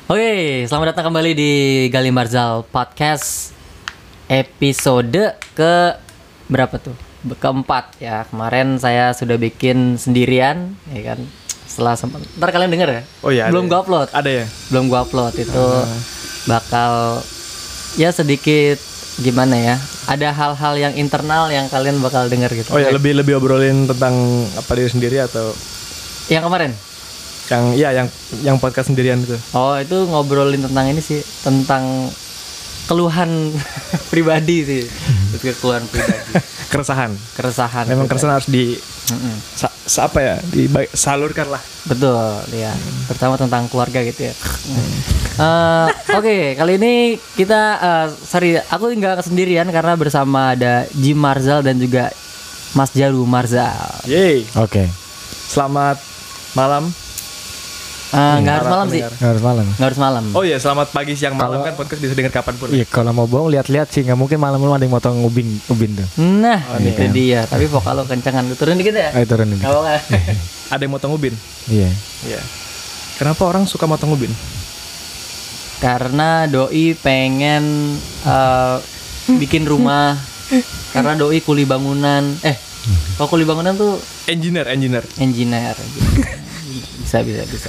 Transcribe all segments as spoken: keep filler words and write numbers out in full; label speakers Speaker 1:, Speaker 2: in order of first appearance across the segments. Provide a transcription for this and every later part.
Speaker 1: Oke, selamat datang kembali di Gali Marzal Podcast episode ke berapa tuh? Keempat ya. Kemarin saya sudah bikin sendirian, ya kan? Setelah sempat, ntar kalian denger ya?
Speaker 2: Oh iya.
Speaker 1: Belum gua upload.
Speaker 2: Ada ya?
Speaker 1: Belum gua upload itu uh. bakal ya sedikit gimana ya? Ada hal-hal yang internal yang kalian bakal denger gitu.
Speaker 2: Oh ya, lebih lebih obrolin tentang apa diri sendiri atau
Speaker 1: yang kemarin?
Speaker 2: Yang iya yang yang podcast sendirian itu.
Speaker 1: Oh, itu ngobrolin tentang ini sih, tentang keluhan pribadi sih. Itu keluhan pribadi.
Speaker 2: Keresahan.
Speaker 1: Keresahan.
Speaker 2: Memang keresahan harus di
Speaker 1: Mm-mm.
Speaker 2: sa, sa apa ya? Disalurkan lah.
Speaker 1: Betul, ya. Terutama tentang keluarga gitu ya. uh, Oke, okay, kali ini kita uh, sorry, aku nggak sendirian karena bersama ada Jim Marzal dan juga Mas Jaru Marzal.
Speaker 2: Yeay.
Speaker 3: Oke. Okay.
Speaker 2: Selamat malam.
Speaker 1: Uh, nggak harus malam sih.
Speaker 3: Nggak harus malam.
Speaker 1: Nggak harus malam.
Speaker 2: Oh iya, selamat pagi, siang, malam
Speaker 3: Kalo,
Speaker 2: kan podcast bisa dengar kapanpun.
Speaker 3: Iya, kalau mau bohong lihat-lihat sih, nggak mungkin malam-malam ada yang motong ubin ubin tuh.
Speaker 1: Nah,
Speaker 2: Oh,
Speaker 1: itu
Speaker 2: iya.
Speaker 1: dia. Tapi vokal lo kencangan, lu turun dikit ya.
Speaker 3: Ayo turunin.
Speaker 1: Nggak apa-apa.
Speaker 2: Ada yang motong ubin.
Speaker 3: Iya.
Speaker 2: Iya. Kenapa orang suka motong ubin?
Speaker 1: Karena doi pengen uh, bikin rumah. Karena doi kuli bangunan. Eh, kalau kuli bangunan tuh
Speaker 2: Engineer, engineer.
Speaker 1: engineer. Bisa, bisa, bisa.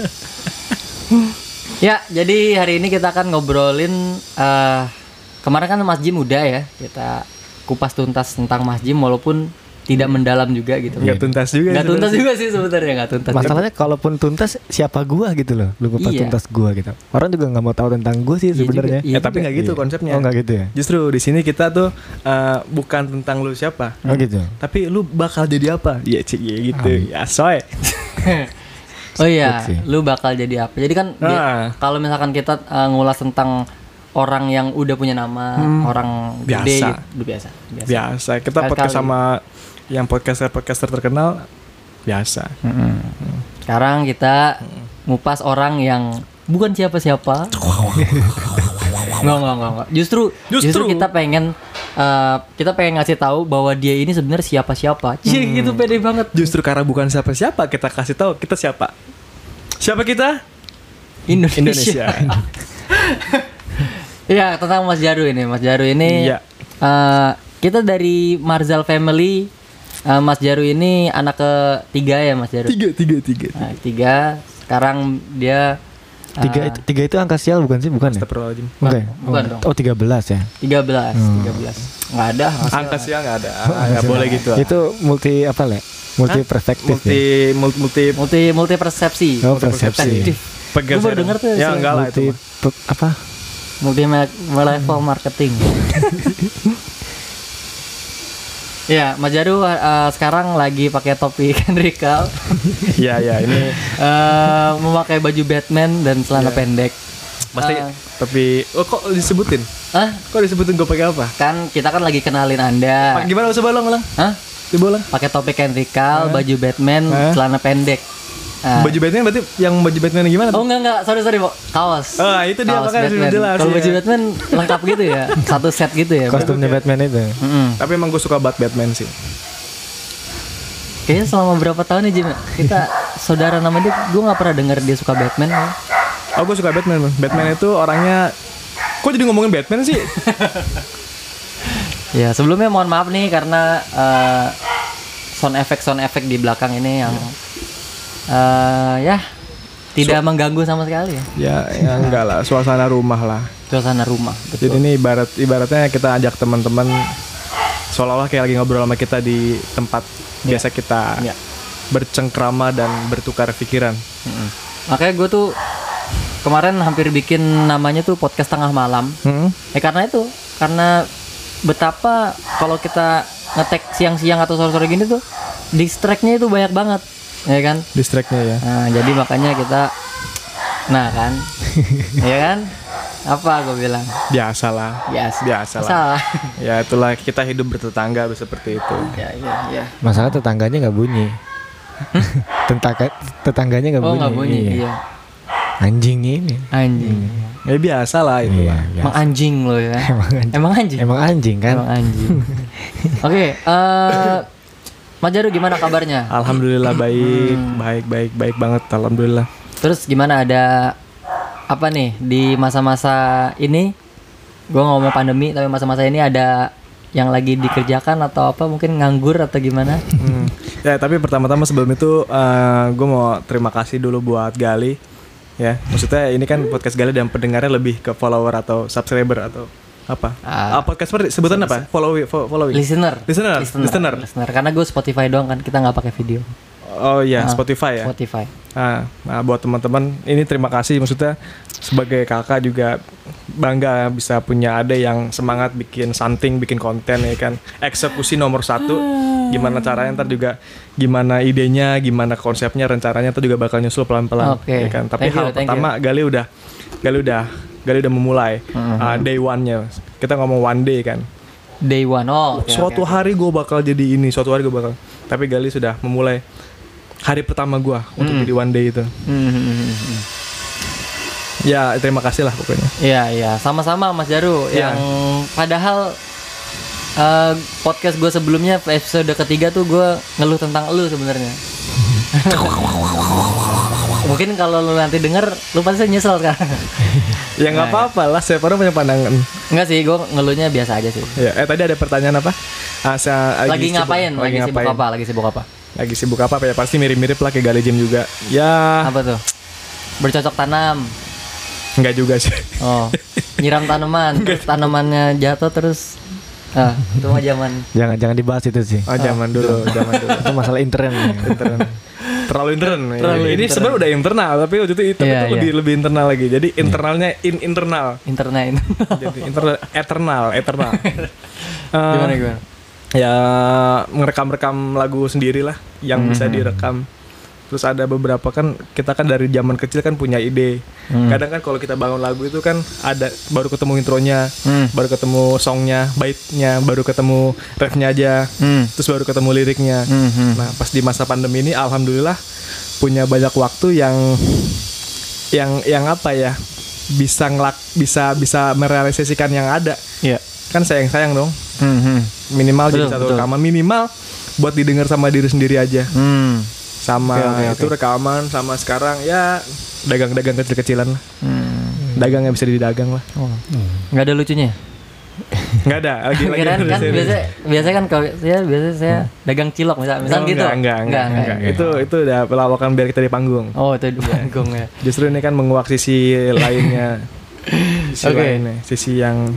Speaker 1: Ya, jadi hari ini kita akan ngobrolin uh, kemarin kan Mas Jim udah ya, kita kupas tuntas tentang Mas Jim walaupun tidak mendalam juga gitu.
Speaker 2: Enggak tuntas juga.
Speaker 1: Nggak tuntas juga sih sebenarnya, nggak tuntas.
Speaker 3: Masalahnya kalaupun tuntas siapa gua gitu loh, lu kupas
Speaker 1: Iya.
Speaker 3: tuntas gua gitu. Orang juga nggak mau tahu tentang gua sih
Speaker 1: Iya
Speaker 3: sebenarnya.
Speaker 1: juga, iya.
Speaker 2: Ya tapi nggak gitu
Speaker 3: Iya.
Speaker 2: konsepnya.
Speaker 3: Oh nggak gitu ya.
Speaker 2: Justru di sini kita tuh uh, bukan tentang lu siapa.
Speaker 3: Oh gitu.
Speaker 2: Tapi lu bakal jadi apa? Ya cik ya gitu. Ya soy.
Speaker 1: Oh iya,
Speaker 3: Sih.
Speaker 1: lu bakal jadi apa? Jadi kan dia-
Speaker 2: Ah.
Speaker 1: kalau misalkan kita uh, ngulas tentang orang yang udah punya nama,
Speaker 2: Hmm.
Speaker 1: orang gede,
Speaker 2: Biasa.
Speaker 1: gitu, biasa, biasa.
Speaker 2: Biasa. Kita
Speaker 1: Sekali-kali.
Speaker 2: podcast sama yang podcaster-podcaster terkenal biasa.
Speaker 1: Mm-mm. Sekarang kita ngupas orang yang bukan siapa-siapa. Nggak, nggak, nggak, nggak. Justru, justru,
Speaker 2: Justru.
Speaker 1: kita pengen, uh, kita pengen ngasih tahu bahwa dia ini sebenarnya siapa-siapa. Cih, gitu pede banget.
Speaker 2: Justru karena bukan siapa-siapa, kita kasih tahu kita siapa. Siapa kita?
Speaker 1: Indonesia.
Speaker 2: Indonesia.
Speaker 1: Iya, tentang Mas Jaru ini. Mas Jaru ini,
Speaker 2: Iya.
Speaker 1: uh, kita dari Marzal Family. Uh, Mas Jaru ini anak ketiga ya, Mas Jaru.
Speaker 2: Tiga, tiga, tiga.
Speaker 1: Nah, tiga. Sekarang dia uh,
Speaker 3: Tiga itu tiga itu angka sial bukan sih? Bukan ya?
Speaker 2: Astagfirullahaladzim.
Speaker 3: Oke.
Speaker 1: Bukan
Speaker 3: Oh,
Speaker 1: dong.
Speaker 3: oh tiga belas ya.
Speaker 1: tiga belas,
Speaker 3: Hmm.
Speaker 1: tiga belas. Nggak ada. hasil.
Speaker 2: Angka siang nggak ada. Ah, nggak boleh gitu. ah.
Speaker 3: Itu multi apa le? Multi perspektif
Speaker 2: multi,
Speaker 3: ya.
Speaker 2: multi, multi,
Speaker 1: multi multi persepsi.
Speaker 3: Oh persepsi.
Speaker 1: Perspektif.
Speaker 2: pegeseran.
Speaker 1: Lu baru denger tuh
Speaker 2: Ya
Speaker 1: istilah
Speaker 2: enggak lah itu.
Speaker 3: Multi
Speaker 2: mah.
Speaker 3: pe- apa?
Speaker 1: Multi level marketing. Ya, Mas Jaru uh, sekarang lagi pakai topi Kendrickal,
Speaker 2: Iya, iya, ini
Speaker 1: uh, memakai baju Batman dan celana
Speaker 2: Iya.
Speaker 1: pendek.
Speaker 2: pasti
Speaker 1: Uh,
Speaker 2: tapi oh kok disebutin?
Speaker 1: ah,
Speaker 2: Kok disebutin gue pakai apa?
Speaker 1: kan kita kan lagi kenalin Anda.
Speaker 2: Pak, gimana coba ulang, ulang?
Speaker 1: Hah?
Speaker 2: Coba ulang.
Speaker 1: Pakai topi Kendrickal,
Speaker 2: Hah?
Speaker 1: baju Batman,
Speaker 2: Hah?
Speaker 1: celana pendek. Ah.
Speaker 2: Baju Batman berarti yang baju Batman gimana?
Speaker 1: Oh
Speaker 2: tuh?
Speaker 1: enggak enggak, sorry sorry, Bo. Kaos.
Speaker 2: Ah, itu dia,
Speaker 1: Kaos
Speaker 2: makanya sudah
Speaker 1: Batman.
Speaker 2: jelas,
Speaker 1: Kalau
Speaker 2: iya.
Speaker 1: baju Batman lengkap gitu ya, satu set gitu ya. Bro?
Speaker 3: Kostumnya Batman itu.
Speaker 1: Mm-mm.
Speaker 2: Tapi emang gue suka banget Batman sih.
Speaker 1: Kayaknya selama berapa tahun nih Jim? Kita saudara nama dia, gue nggak pernah dengar dia suka Batman. Ya.
Speaker 2: Oh, gue suka Batman. Man. Batman itu orangnya. Kok jadi ngomongin Batman sih?
Speaker 1: Ya sebelumnya mohon maaf nih karena uh, sound effect sound effect di belakang ini yang uh, ya tidak mengganggu sama sekali ya.
Speaker 2: Ya, ya enggak lah. Suasana rumah lah.
Speaker 1: Suasana rumah.
Speaker 2: Jadi ini ibarat ibaratnya kita ajak teman-teman seolah-olah kayak lagi ngobrol sama kita di tempat biasa kita
Speaker 1: Ya.
Speaker 2: bercengkrama dan bertukar pikiran.
Speaker 1: Mm-mm. Makanya gue tuh kemarin hampir bikin namanya tuh podcast tengah malam.
Speaker 2: Hmm?
Speaker 1: Eh karena itu, karena betapa kalau kita ngetek siang-siang atau sore-sore gini tuh distract-nya itu banyak banget, ya kan?
Speaker 2: Distract-nya ya.
Speaker 1: Nah, jadi makanya kita, nah kan, ya kan? Apa gue bilang?
Speaker 2: Biasalah.
Speaker 1: Biasa.
Speaker 2: Biasa lah.
Speaker 1: Salah.
Speaker 2: Ya itulah kita hidup bertetangga seperti itu.
Speaker 1: Ya, ya, ya.
Speaker 3: Masalah tetangganya nggak bunyi. Tetangga tetangganya nggak
Speaker 1: Oh
Speaker 3: bunyi.
Speaker 1: nggak bunyi,
Speaker 3: Iya.
Speaker 1: iya.
Speaker 3: Anjing ini.
Speaker 1: Anjing.
Speaker 2: Ya biasa lah itu
Speaker 3: Iya,
Speaker 2: lah.
Speaker 3: biasa.
Speaker 1: Emang anjing loh ya.
Speaker 3: Emang anjing.
Speaker 1: Emang anjing.
Speaker 3: Emang anjing kan?
Speaker 1: Emang anjing. Oke, eh Mas Jaru gimana kabarnya?
Speaker 2: Alhamdulillah baik,
Speaker 1: Hmm.
Speaker 2: baik, baik, baik banget. Alhamdulillah.
Speaker 1: Terus gimana ada apa nih di masa-masa ini, gue ngomong pandemi tapi masa-masa ini ada yang lagi dikerjakan atau apa, mungkin nganggur atau gimana?
Speaker 2: Hmm. Ya tapi pertama-tama sebelum itu uh, gue mau terima kasih dulu buat Gali ya. Maksudnya ini kan podcast Gali dan pendengarnya lebih ke follower atau subscriber atau apa?
Speaker 1: Ah.
Speaker 2: Uh, podcast sebutan apa? Follow, follow, following.
Speaker 1: Listener.
Speaker 2: Listener.
Speaker 1: Listener.
Speaker 2: Listener.
Speaker 1: Listener. Karena gue Spotify doang kan, kita nggak pakai video.
Speaker 2: Oh iya,
Speaker 1: Ah,
Speaker 2: Spotify ya.
Speaker 1: Spotify.
Speaker 2: Nah, nah, buat teman-teman ini terima kasih, maksudnya sebagai kakak juga bangga bisa punya ada yang semangat bikin something, bikin konten ya kan. Eksekusi nomor satu, gimana caranya ntar juga gimana idenya, gimana konsepnya, rencananya ntar juga bakal nyusul pelan-pelan
Speaker 1: Oke.
Speaker 2: ya kan. Tapi
Speaker 1: Thank
Speaker 2: hal
Speaker 1: you, thank
Speaker 2: pertama Gali udah Gali udah Gali udah memulai
Speaker 1: Mhm.
Speaker 2: uh, day one-nya. Kita ngomong one day kan.
Speaker 1: Day one. Oh, oke,
Speaker 2: Suatu
Speaker 1: oke, oke.
Speaker 2: hari gue bakal jadi ini, suatu hari gue bakal. Tapi Gali sudah memulai hari pertama gue untuk
Speaker 1: Hmm.
Speaker 2: jadi one day itu.
Speaker 1: Hmm, hmm, hmm, hmm.
Speaker 2: Ya terima kasih lah pokoknya.
Speaker 1: Iya, iya, sama-sama Mas Jaru.
Speaker 2: Iya.
Speaker 1: Yang padahal eh, podcast gue sebelumnya episode ketiga tuh gue ngeluh tentang lu sebenarnya. Mungkin kalau lu nanti denger, lu pasti nyesel sekarang.
Speaker 2: Ya nggak
Speaker 1: Nah,
Speaker 2: apa-apa lah, setiap orang punya pandangan.
Speaker 1: Enggak sih, gue ngeluhnya biasa aja sih.
Speaker 2: Ya, eh tadi ada pertanyaan apa? Ah, saya
Speaker 1: Lagi
Speaker 2: sibuk-
Speaker 1: ngapain? Lagi, sibuk
Speaker 2: ngapain?
Speaker 1: apa? Lagi sibuk apa?
Speaker 2: Lagi sibuk apa? Ya pasti mirip-mirip lah kayak Gali Gym juga. Ya,
Speaker 1: Apa tuh? Bercocok tanam.
Speaker 2: nggak juga sih.
Speaker 1: Oh, nyiram tanaman, terus tanamannya jatuh terus. Ah, itu mah zaman.
Speaker 3: Jangan jangan dibahas itu sih.
Speaker 2: Oh, zaman dulu, zaman dulu.
Speaker 3: Itu masalah intern.
Speaker 2: Intern. Terlalu intern.
Speaker 1: Terlalu
Speaker 2: ini
Speaker 1: intern.
Speaker 2: sebenarnya udah internal, tapi waktu itu, tapi
Speaker 1: Iya,
Speaker 2: itu lebih
Speaker 1: iya.
Speaker 2: lebih internal lagi. Jadi internalnya in internal.
Speaker 1: Internet.
Speaker 2: Jadi internal eternal, eternal. Eh,
Speaker 1: Gimana gimana?
Speaker 2: Ya ngerekam-rekam lagu sendiri lah yang bisa
Speaker 1: Mhm.
Speaker 2: direkam. Terus ada beberapa kan kita kan dari zaman kecil kan punya ide.
Speaker 1: Hmm.
Speaker 2: Kadang kan kalau kita bangun lagu itu kan ada baru ketemu intronya,
Speaker 1: Hmm.
Speaker 2: baru ketemu songnya, baitnya, baru ketemu refnya aja,
Speaker 1: Hmm.
Speaker 2: terus baru ketemu liriknya.
Speaker 1: Hmm, hmm.
Speaker 2: Nah pas di masa pandemi ini alhamdulillah punya banyak waktu yang yang yang apa ya bisa ngelak bisa bisa merealisasikan yang ada.
Speaker 1: Iya.
Speaker 2: Kan sayang-sayang dong.
Speaker 1: Hmm, hmm.
Speaker 2: Minimal
Speaker 1: Betul,
Speaker 2: jadi satu
Speaker 1: betul.
Speaker 2: rekaman minimal buat didengar sama diri sendiri aja.
Speaker 1: Hmm.
Speaker 2: Sama
Speaker 1: Oke, oke,
Speaker 2: itu
Speaker 1: oke.
Speaker 2: rekaman sama sekarang ya dagang-dagang kecil-kecilan lah.
Speaker 1: Hmm.
Speaker 2: Dagang yang bisa didagang lah.
Speaker 1: Oh. Nggak ada lucunya.
Speaker 2: Nggak ada lagi lagi.
Speaker 1: Kirain kan
Speaker 2: serius.
Speaker 1: biasa biasa kan kalau saya biasa saya dagang cilok misal misal
Speaker 2: Oh,
Speaker 1: gitu.
Speaker 2: Enggak, enggak, enggak, enggak. Itu itu udah pelawakan biar kita di panggung.
Speaker 1: Oh, itu di panggung ya.
Speaker 2: Justru ini kan menguak sisi lainnya. Sisi
Speaker 1: Oke.
Speaker 2: lainnya, sisi yang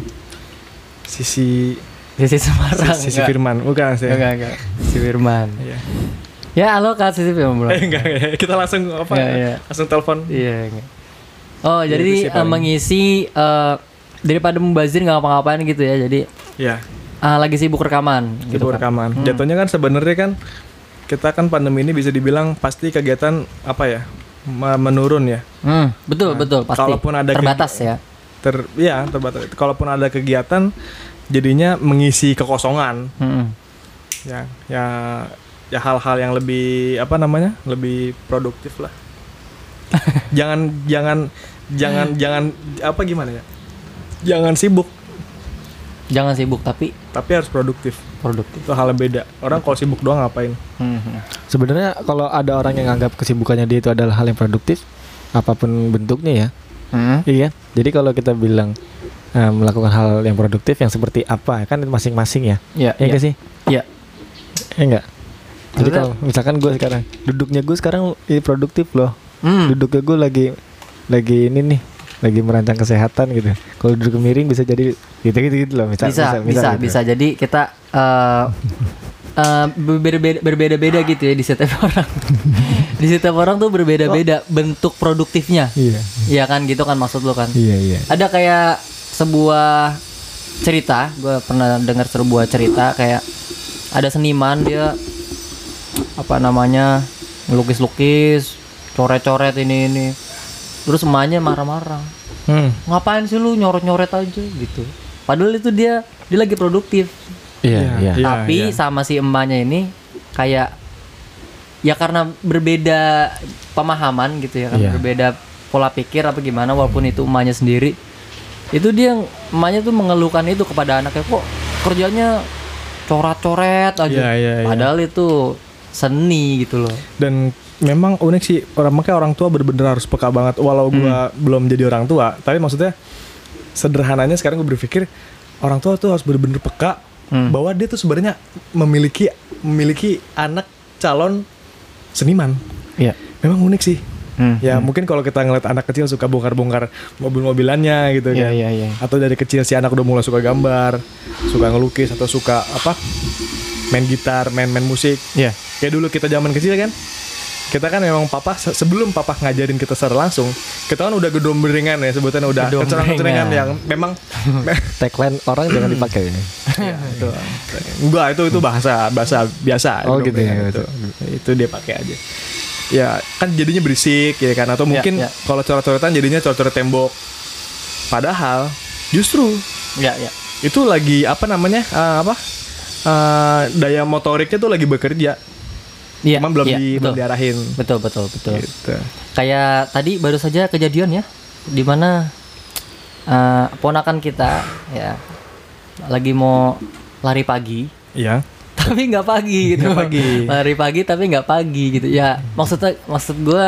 Speaker 2: sisi
Speaker 1: Sisi Semarang.
Speaker 2: sisi
Speaker 1: enggak.
Speaker 2: Firman, bukan sih.
Speaker 1: Enggak, enggak. Si Firman.
Speaker 2: Iya.
Speaker 1: Ya, halo Kak Sisi Firman.
Speaker 2: Eh enggak, enggak. Kita langsung apa?
Speaker 1: Iya, iya.
Speaker 2: Langsung telepon.
Speaker 1: Iya, enggak. Oh,
Speaker 2: Ya,
Speaker 1: jadi
Speaker 2: itu sih
Speaker 1: eh,
Speaker 2: paling.
Speaker 1: mengisi eh, daripada membazir nggak ngapa-ngapain gitu ya. Jadi
Speaker 2: Iya.
Speaker 1: ah, lagi sibuk rekaman gitu
Speaker 2: Itu
Speaker 1: kan.
Speaker 2: rekaman.
Speaker 1: Hmm.
Speaker 2: Jatuhnya kan sebenarnya kan kita kan pandemi ini bisa dibilang pasti kegiatan apa ya? me- menurun ya.
Speaker 1: Hmm, betul, betul, pasti.
Speaker 2: kalaupun ada
Speaker 1: terbatas
Speaker 2: kegi-
Speaker 1: ya.
Speaker 2: Ter ya, terbatas. Kalaupun ada kegiatan jadinya mengisi kekosongan.
Speaker 1: Hmm.
Speaker 2: Ya, ya ya hal-hal yang lebih apa namanya? Lebih produktif lah. jangan jangan jangan jangan apa gimana ya? Jangan sibuk,
Speaker 1: Jangan sibuk tapi
Speaker 2: tapi harus produktif.
Speaker 1: produktif.
Speaker 2: Itu hal yang beda. Orang kalau sibuk doang ngapain?
Speaker 1: Hmm, hmm.
Speaker 3: Sebenarnya kalau ada orang yang anggap kesibukannya dia itu adalah hal yang produktif, apapun bentuknya ya,
Speaker 1: Hmm.
Speaker 3: iya kan? Jadi kalau kita bilang eh, melakukan hal yang produktif yang seperti apa, kan itu masing-masing ya,
Speaker 1: Iya,
Speaker 3: ya enggak sih?
Speaker 1: Iya.
Speaker 3: Ya enggak. Jadi
Speaker 1: Maksudnya-
Speaker 3: kalau misalkan gue sekarang duduknya gue sekarang ini produktif loh,
Speaker 1: Hmm.
Speaker 3: duduknya gue lagi lagi ini nih, lagi merancang kesehatan gitu. Kalau duduk miring bisa jadi gitu-gitu gitu loh, misal,
Speaker 1: bisa
Speaker 3: misal,
Speaker 1: bisa
Speaker 3: misal gitu.
Speaker 1: bisa jadi kita eh eh, berbeda berbeda-beda gitu ya di setiap orang. Di setiap orang tuh berbeda-beda bentuk produktifnya.
Speaker 3: Iya,
Speaker 1: Iya kan gitu kan maksud lo kan.
Speaker 3: iya, iya.
Speaker 1: Ada kayak sebuah cerita, gue pernah dengar sebuah cerita kayak ada seniman dia apa namanya ngelukis-lukis, coret-coret ini ini. Terus emaknya marah-marah.
Speaker 3: Hmm.
Speaker 1: Ngapain sih lu nyoret-nyoret aja gitu. Padahal itu dia dia lagi produktif.
Speaker 3: Iya, iya.
Speaker 2: Iya,
Speaker 1: Tapi
Speaker 2: iya.
Speaker 1: sama si emaknya ini kayak ya karena berbeda pemahaman gitu ya kan,
Speaker 3: Iya.
Speaker 1: berbeda pola pikir apa gimana walaupun itu emaknya sendiri. Itu dia emaknya tuh mengeluhkan itu kepada anaknya, kok kerjanya coret-coret aja.
Speaker 2: Iya, iya, iya.
Speaker 1: Padahal itu seni gitu loh.
Speaker 2: Dan memang unik sih, orang makanya orang tua bener-bener harus peka banget. Walau gua belum jadi orang tua, tapi maksudnya sederhananya sekarang gue berpikir orang tua tuh harus bener-bener peka
Speaker 1: Hmm.
Speaker 2: bahwa dia tuh sebenarnya memiliki memiliki anak calon seniman.
Speaker 1: Iya.
Speaker 2: Memang unik sih.
Speaker 1: Hmm.
Speaker 2: Ya
Speaker 1: hmm.
Speaker 2: mungkin kalau kita ngeliat anak kecil suka bongkar-bongkar mobil-mobilannya gitu
Speaker 1: Iya
Speaker 2: kan.
Speaker 1: iya iya.
Speaker 2: Atau dari kecil si anak udah mulai suka gambar, suka ngelukis atau suka apa? Main gitar, main-main musik.
Speaker 1: Iya.
Speaker 2: Kayak dulu kita zaman kecil kan. Kita kan memang papa se- sebelum papa ngajarin kita secara langsung, kita kan udah gedombrengan ya sebutannya, udah
Speaker 1: Gedombrengan.
Speaker 2: kecerang-kecengan yang memang
Speaker 3: Tagline orang jangan dipakai.
Speaker 2: ya, itu. Enggak, itu itu bahasa bahasa biasa.
Speaker 3: Oh, gitu ya,
Speaker 2: Itu, itu dia pakai aja. Ya kan jadinya berisik ya kan, atau mungkin
Speaker 1: ya.
Speaker 2: kalau coret-coretan jadinya coret-coret tembok. Padahal justru
Speaker 1: Iya iya.
Speaker 2: itu lagi apa namanya eh, apa eh, daya motoriknya tuh lagi bekerja,
Speaker 1: Iya.
Speaker 2: cuman belum
Speaker 1: iya,
Speaker 2: di
Speaker 1: betul.
Speaker 2: belum diarahin.
Speaker 1: Betul betul betul.
Speaker 2: Gitu.
Speaker 1: Kayak tadi baru saja kejadian ya, di mana eh, ponakan kita ya lagi mau lari pagi,
Speaker 2: Iya.
Speaker 1: tapi nggak pagi gitu.
Speaker 2: Nggak pagi.
Speaker 1: Lari pagi tapi nggak pagi gitu. Ya maksudnya maksud gue,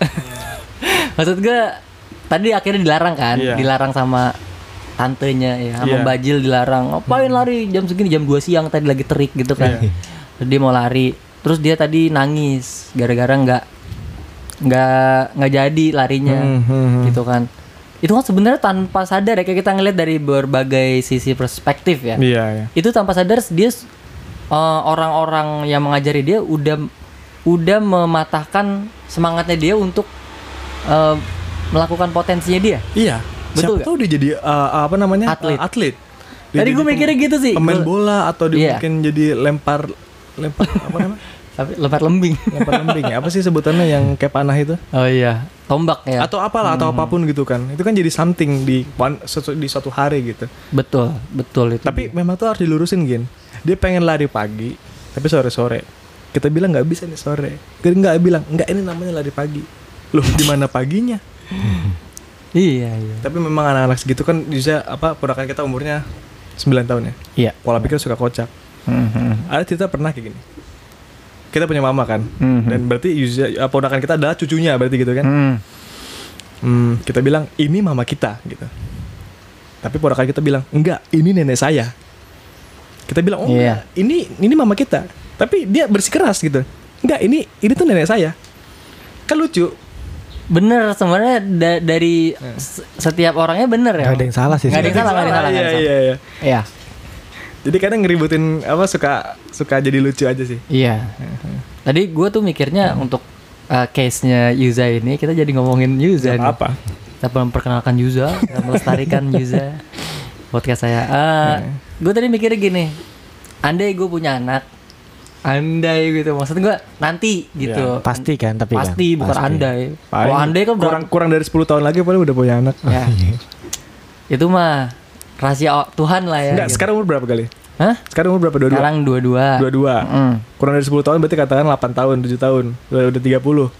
Speaker 1: maksud gue tadi akhirnya dilarang kan,
Speaker 2: Iya.
Speaker 1: dilarang sama tantenya ya, sama
Speaker 2: Iya.
Speaker 1: bajil dilarang. Ngapain lari jam segini, jam dua siang tadi lagi terik gitu kan.
Speaker 2: Iya.
Speaker 1: Terus dia mau lari, terus dia tadi nangis gara-gara nggak nggak nggak jadi larinya
Speaker 2: Hmm, hmm, hmm.
Speaker 1: gitu kan. Itu kan sebenarnya tanpa sadar ya, kayak kita ngeliat dari berbagai sisi perspektif ya.
Speaker 2: Iya, iya.
Speaker 1: Itu tanpa sadar dia uh, orang-orang yang mengajari dia udah udah mematahkan semangatnya dia untuk uh, melakukan potensinya dia.
Speaker 2: Iya.
Speaker 1: Betul
Speaker 2: Siapa
Speaker 1: nggak?
Speaker 2: tahu dia jadi uh, apa namanya?
Speaker 1: Atlet.
Speaker 2: Uh, atlet. Dia
Speaker 1: Tadi
Speaker 2: jadi
Speaker 1: gue mikirnya gitu sih.
Speaker 2: pemain
Speaker 1: Gua-
Speaker 2: bola atau dia
Speaker 1: Iya.
Speaker 2: mungkin jadi lempar lempar apa namanya?
Speaker 1: Tapi lempar lembing.
Speaker 2: Lempar lembing ya. Apa sih sebutannya yang kayak panah itu?
Speaker 1: Oh iya, tombak ya.
Speaker 2: Atau apalah atau apapun gitu kan. Itu kan jadi something di one- sesu- di suatu hari gitu.
Speaker 1: Betul, betul itu.
Speaker 2: Tapi memang tuh harus dilurusin Gin. Dia pengen lari pagi, tapi sore-sore. Kita bilang nggak bisa nih sore. Kita nggak bilang, nggak ini namanya lari pagi. Loh, di mana paginya?
Speaker 1: iya, iya.
Speaker 2: Tapi memang anak-anak segitu kan bisa apa ponakan kita umurnya sembilan tahun ya.
Speaker 1: Iya.
Speaker 2: Pola pikir suka kocak.
Speaker 1: Mhm.
Speaker 2: Ada cerita pernah kayak gini. Kita punya mama kan.
Speaker 1: Mhm.
Speaker 2: Dan berarti Yuza, uh, ponakan kita adalah cucunya berarti gitu kan.
Speaker 1: Mhm.
Speaker 2: Hmm, kita bilang ini mama kita gitu. Tapi ponakan kita bilang, "Enggak, ini nenek saya." Kita bilang, "Oh,
Speaker 1: Iya.
Speaker 2: enggak, ini ini mama kita." Tapi dia bersikeras gitu. "Enggak, ini ini tuh nenek saya." Kan lucu.
Speaker 1: Bener sebenarnya da- dari s- setiap orangnya bener ya.
Speaker 3: Gak ada yang salah sih.
Speaker 1: Nggak ada yang salah, nggak ada yang salah, nggak
Speaker 2: Iya,
Speaker 1: ada yang
Speaker 2: iya, iya.
Speaker 1: Iya.
Speaker 2: Jadi kadang ngeributin apa suka suka jadi lucu aja sih.
Speaker 1: Iya. Tadi gue tuh mikirnya untuk uh, case-nya Yuza ini kita jadi ngomongin Yuza.
Speaker 2: Gak
Speaker 1: nih.
Speaker 2: apa.
Speaker 1: Kita memperkenalkan Yuza, kita melestarikan Yuza podcast saya. Uh, gue tadi mikirnya gini, andai gue punya anak, andai gitu, maksud gue nanti gitu.
Speaker 3: Pasti kan, tapi kan.
Speaker 1: Pasti bukan
Speaker 3: Pasti.
Speaker 1: andai.
Speaker 2: Paling
Speaker 1: Kalau andai kan
Speaker 2: kurang
Speaker 1: berang-
Speaker 2: kurang dari sepuluh tahun lagi paling udah punya anak.
Speaker 1: ya. Itu mah rahasia Tuhan lah ya.
Speaker 2: Enggak,
Speaker 1: gitu.
Speaker 2: sekarang umur berapa kali?
Speaker 1: Hah?
Speaker 2: Sekarang umur berapa? Dua-dua?
Speaker 1: Sekarang dua-dua.
Speaker 2: Dua-dua.
Speaker 1: Mm.
Speaker 2: Kurang dari sepuluh tahun berarti katakan delapan tahun, tujuh tahun. Udah, udah tiga puluh.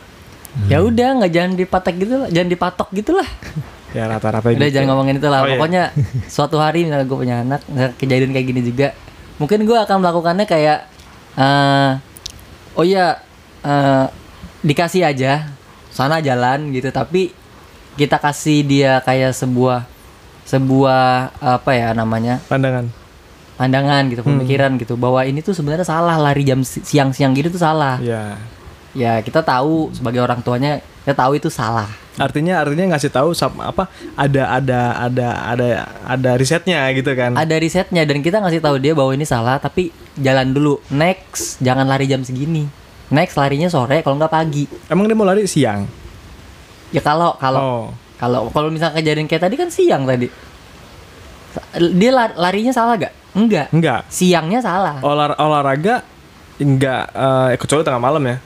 Speaker 1: Ya udah, nggak jangan dipatek gitu lah, jangan dipatok gitu lah.
Speaker 2: Ya rata-rata
Speaker 1: Udah
Speaker 2: gitu.
Speaker 1: jangan ngomongin itu lah.
Speaker 2: Oh, iya.
Speaker 1: Pokoknya suatu hari misalnya gue punya anak, misalnya kejadian kayak gini juga, mungkin gue akan melakukannya kayak, eh oh iya, eh dikasih aja, sana jalan gitu. Tapi kita kasih dia kayak sebuah sebuah apa ya namanya
Speaker 2: Pandangan.
Speaker 1: pandangan gitu, pemikiran
Speaker 2: Hmm.
Speaker 1: gitu, bahwa ini tuh sebenarnya salah, lari jam si- siang-siang gitu tuh salah.
Speaker 2: Ya.
Speaker 1: Ya kita tahu sebagai orang tuanya, kita tahu itu salah.
Speaker 2: Artinya artinya ngasih tahu sama apa ada ada ada ada ada risetnya gitu kan.
Speaker 1: Ada risetnya dan kita ngasih tahu dia bahwa ini salah, tapi jalan dulu. Next, jangan lari jam segini. Next larinya sore, kalau nggak pagi.
Speaker 2: Emang dia mau lari siang?
Speaker 1: Ya kalau kalau
Speaker 2: Oh.
Speaker 1: kalau kalau misalnya kejadian kayak tadi kan siang tadi. Dia lar- larinya salah gak? Enggak.
Speaker 2: Enggak.
Speaker 1: Siangnya salah.
Speaker 2: Olah, olahraga enggak eh, kecuali tengah malam ya.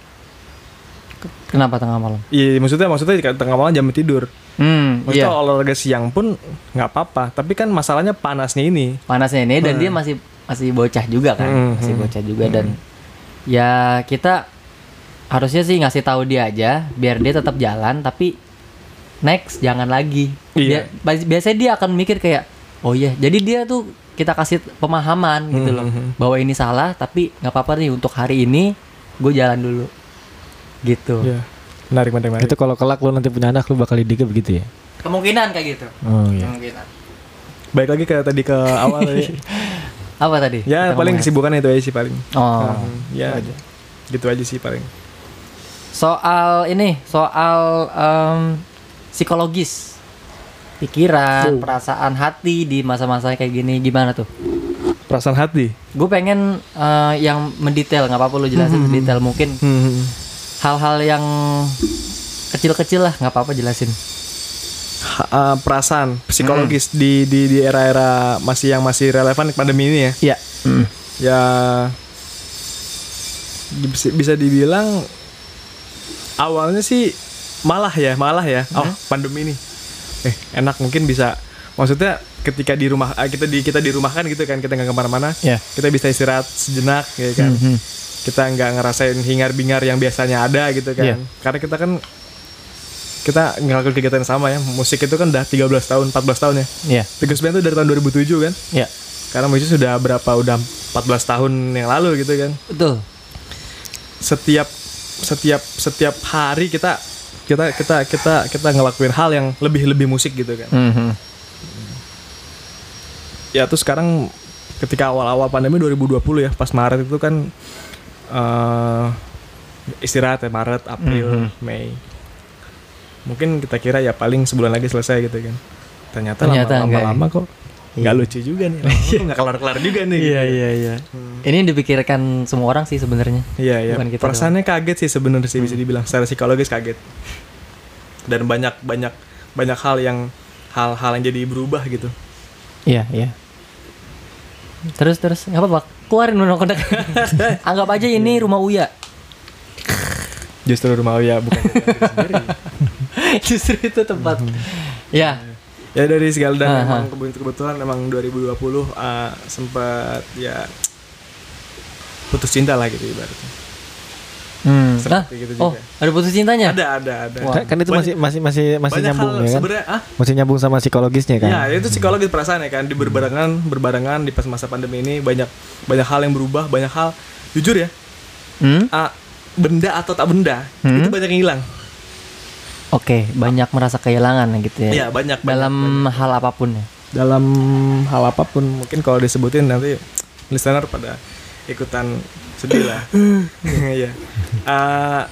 Speaker 1: Kenapa tengah malam?
Speaker 2: Iya, maksudnya maksudnya di tengah malam jam tidur.
Speaker 1: Hmm,
Speaker 2: Maksudnya
Speaker 1: iya.
Speaker 2: olahraga siang pun nggak apa-apa, tapi kan masalahnya panasnya ini.
Speaker 1: Panasnya ini dan
Speaker 2: Hmm.
Speaker 1: dia masih masih bocah juga kan,
Speaker 2: Hmm,
Speaker 1: masih
Speaker 2: hmm.
Speaker 1: bocah juga dan ya kita harusnya sih ngasih tahu dia aja biar dia tetap jalan, tapi next jangan lagi.
Speaker 2: Iya.
Speaker 1: Dia, biasanya dia akan mikir kayak oh iya, jadi dia tuh kita kasih pemahaman gitu
Speaker 2: Hmm,
Speaker 1: loh
Speaker 2: hmm, hmm.
Speaker 1: bahwa ini salah, tapi nggak apa-apa nih untuk hari ini gue jalan dulu gitu.
Speaker 2: Iya. Menarik, menarik, menarik.
Speaker 3: Itu kalau kelak lu nanti punya anak lu bakal dididik begitu ya?
Speaker 1: Kemungkinan kayak gitu.
Speaker 3: Oh iya.
Speaker 1: Kemungkinan.
Speaker 2: Baik lagi ke tadi ke awal tadi.
Speaker 1: Apa tadi?
Speaker 2: Ya
Speaker 1: Kita
Speaker 2: paling
Speaker 1: ngomongin?
Speaker 2: kesibukan itu aja sih paling.
Speaker 1: Oh.
Speaker 2: Nah, ya
Speaker 1: Itu aja.
Speaker 2: gitu aja sih paling.
Speaker 1: Soal ini, soal em, psikologis, pikiran,
Speaker 2: Oh.
Speaker 1: perasaan hati di masa-masa kayak gini gimana tuh?
Speaker 2: Perasaan hati.
Speaker 1: Gue pengen eh, yang mendetail, nggak apa-apa lu jelasin detail mungkin
Speaker 2: Hmm.
Speaker 1: hal-hal yang kecil-kecil lah, nggak apa-apa jelasin.
Speaker 2: Ha- uh, perasaan psikologis di di di era-era masih yang masih relevan pandemi ini ya.
Speaker 1: Iya.
Speaker 2: Ya bisa, bisa dibilang awalnya sih malah ya, malah ya. Oh, pandemi ini. Eh, enak mungkin bisa. Maksudnya ketika di rumah ah, kita di kita di rumah kan gitu kan, kita nggak kemana-mana.
Speaker 3: Iya.
Speaker 2: Kita bisa istirahat sejenak ya kan.
Speaker 3: Mhm.
Speaker 2: Kita nggak ngerasain hingar-bingar yang biasanya ada gitu kan.
Speaker 3: Iya.
Speaker 2: Karena kita kan kita ngelakuin kegiatan yang sama ya. Musik itu kan udah tiga belas tahun, empat belas tahun ya.
Speaker 3: Iya.
Speaker 2: Tiga Band itu dari tahun dua ribu tujuh kan.
Speaker 3: Iya.
Speaker 2: Karena musik sudah berapa udah empat belas tahun yang lalu gitu kan.
Speaker 1: Betul.
Speaker 2: Setiap setiap setiap hari kita kita kita kita kita ngelakuin hal yang lebih lebih musik gitu kan.
Speaker 3: Mhm.
Speaker 2: Ya terus sekarang ketika awal-awal pandemi dua ribu dua puluh ya, pas Maret itu kan eh istirahat ya, Maret, April, Mei. Mungkin kita kira ya paling sebulan lagi selesai gitu kan. Ternyata,
Speaker 1: Ternyata
Speaker 2: lama-
Speaker 1: enggak ya.
Speaker 2: lama-lama kok nggak lucu juga nih. Lama-lama kok nggak kelar-kelar juga nih.
Speaker 1: Iya
Speaker 2: gitu.
Speaker 1: iya iya. Ini dipikirkan semua orang sih sebenarnya.
Speaker 2: Iya iya.
Speaker 1: Bukan kita
Speaker 2: Perasaannya kaget sih sebenarnya sih bisa dibilang secara psikologis kaget. Dan banyak banyak banyak hal yang hal-hal yang jadi berubah gitu.
Speaker 1: Iya iya. Terus terus nggak apa-apa. Keluarin unek-unek. Anggap aja ini rumah Uya.
Speaker 2: Justru rumah Uya bukan rumah diri sendiri.
Speaker 1: Justru itu tempat. Ya.
Speaker 2: Ya dari segala dan
Speaker 1: Aha.
Speaker 2: emang kebetulan, kebetulan emang dua ribu dua puluh uh, sempat ya putus cinta lah gitu ibaratnya.
Speaker 1: Hmm.
Speaker 2: Seperti
Speaker 1: Ah,
Speaker 2: gitu
Speaker 1: oh,
Speaker 2: juga.
Speaker 1: ada putus cintanya?
Speaker 2: Ada ada ada.
Speaker 1: Wah.
Speaker 3: Kan, kan itu masih masih masih masih
Speaker 2: banyak
Speaker 3: nyambung
Speaker 2: hal
Speaker 3: ya kan?
Speaker 2: sebenarnya ah
Speaker 3: Masih nyambung sama psikologisnya kan?
Speaker 2: ya itu psikologis perasaan ya kan di berbarengan berbarengan di pas masa pandemi ini banyak banyak hal yang berubah, banyak hal jujur ya
Speaker 1: Hmm?
Speaker 2: ah, benda atau tak benda
Speaker 1: Hmm?
Speaker 2: itu banyak yang hilang.
Speaker 1: Oke, banyak merasa kehilangan gitu ya.
Speaker 2: Iya banyak
Speaker 1: Dalam
Speaker 2: banyak,
Speaker 1: hal apapun ya.
Speaker 2: dalam hal apapun mungkin kalau disebutin nanti listener pada ikutan sedih lah. Iya. Uh,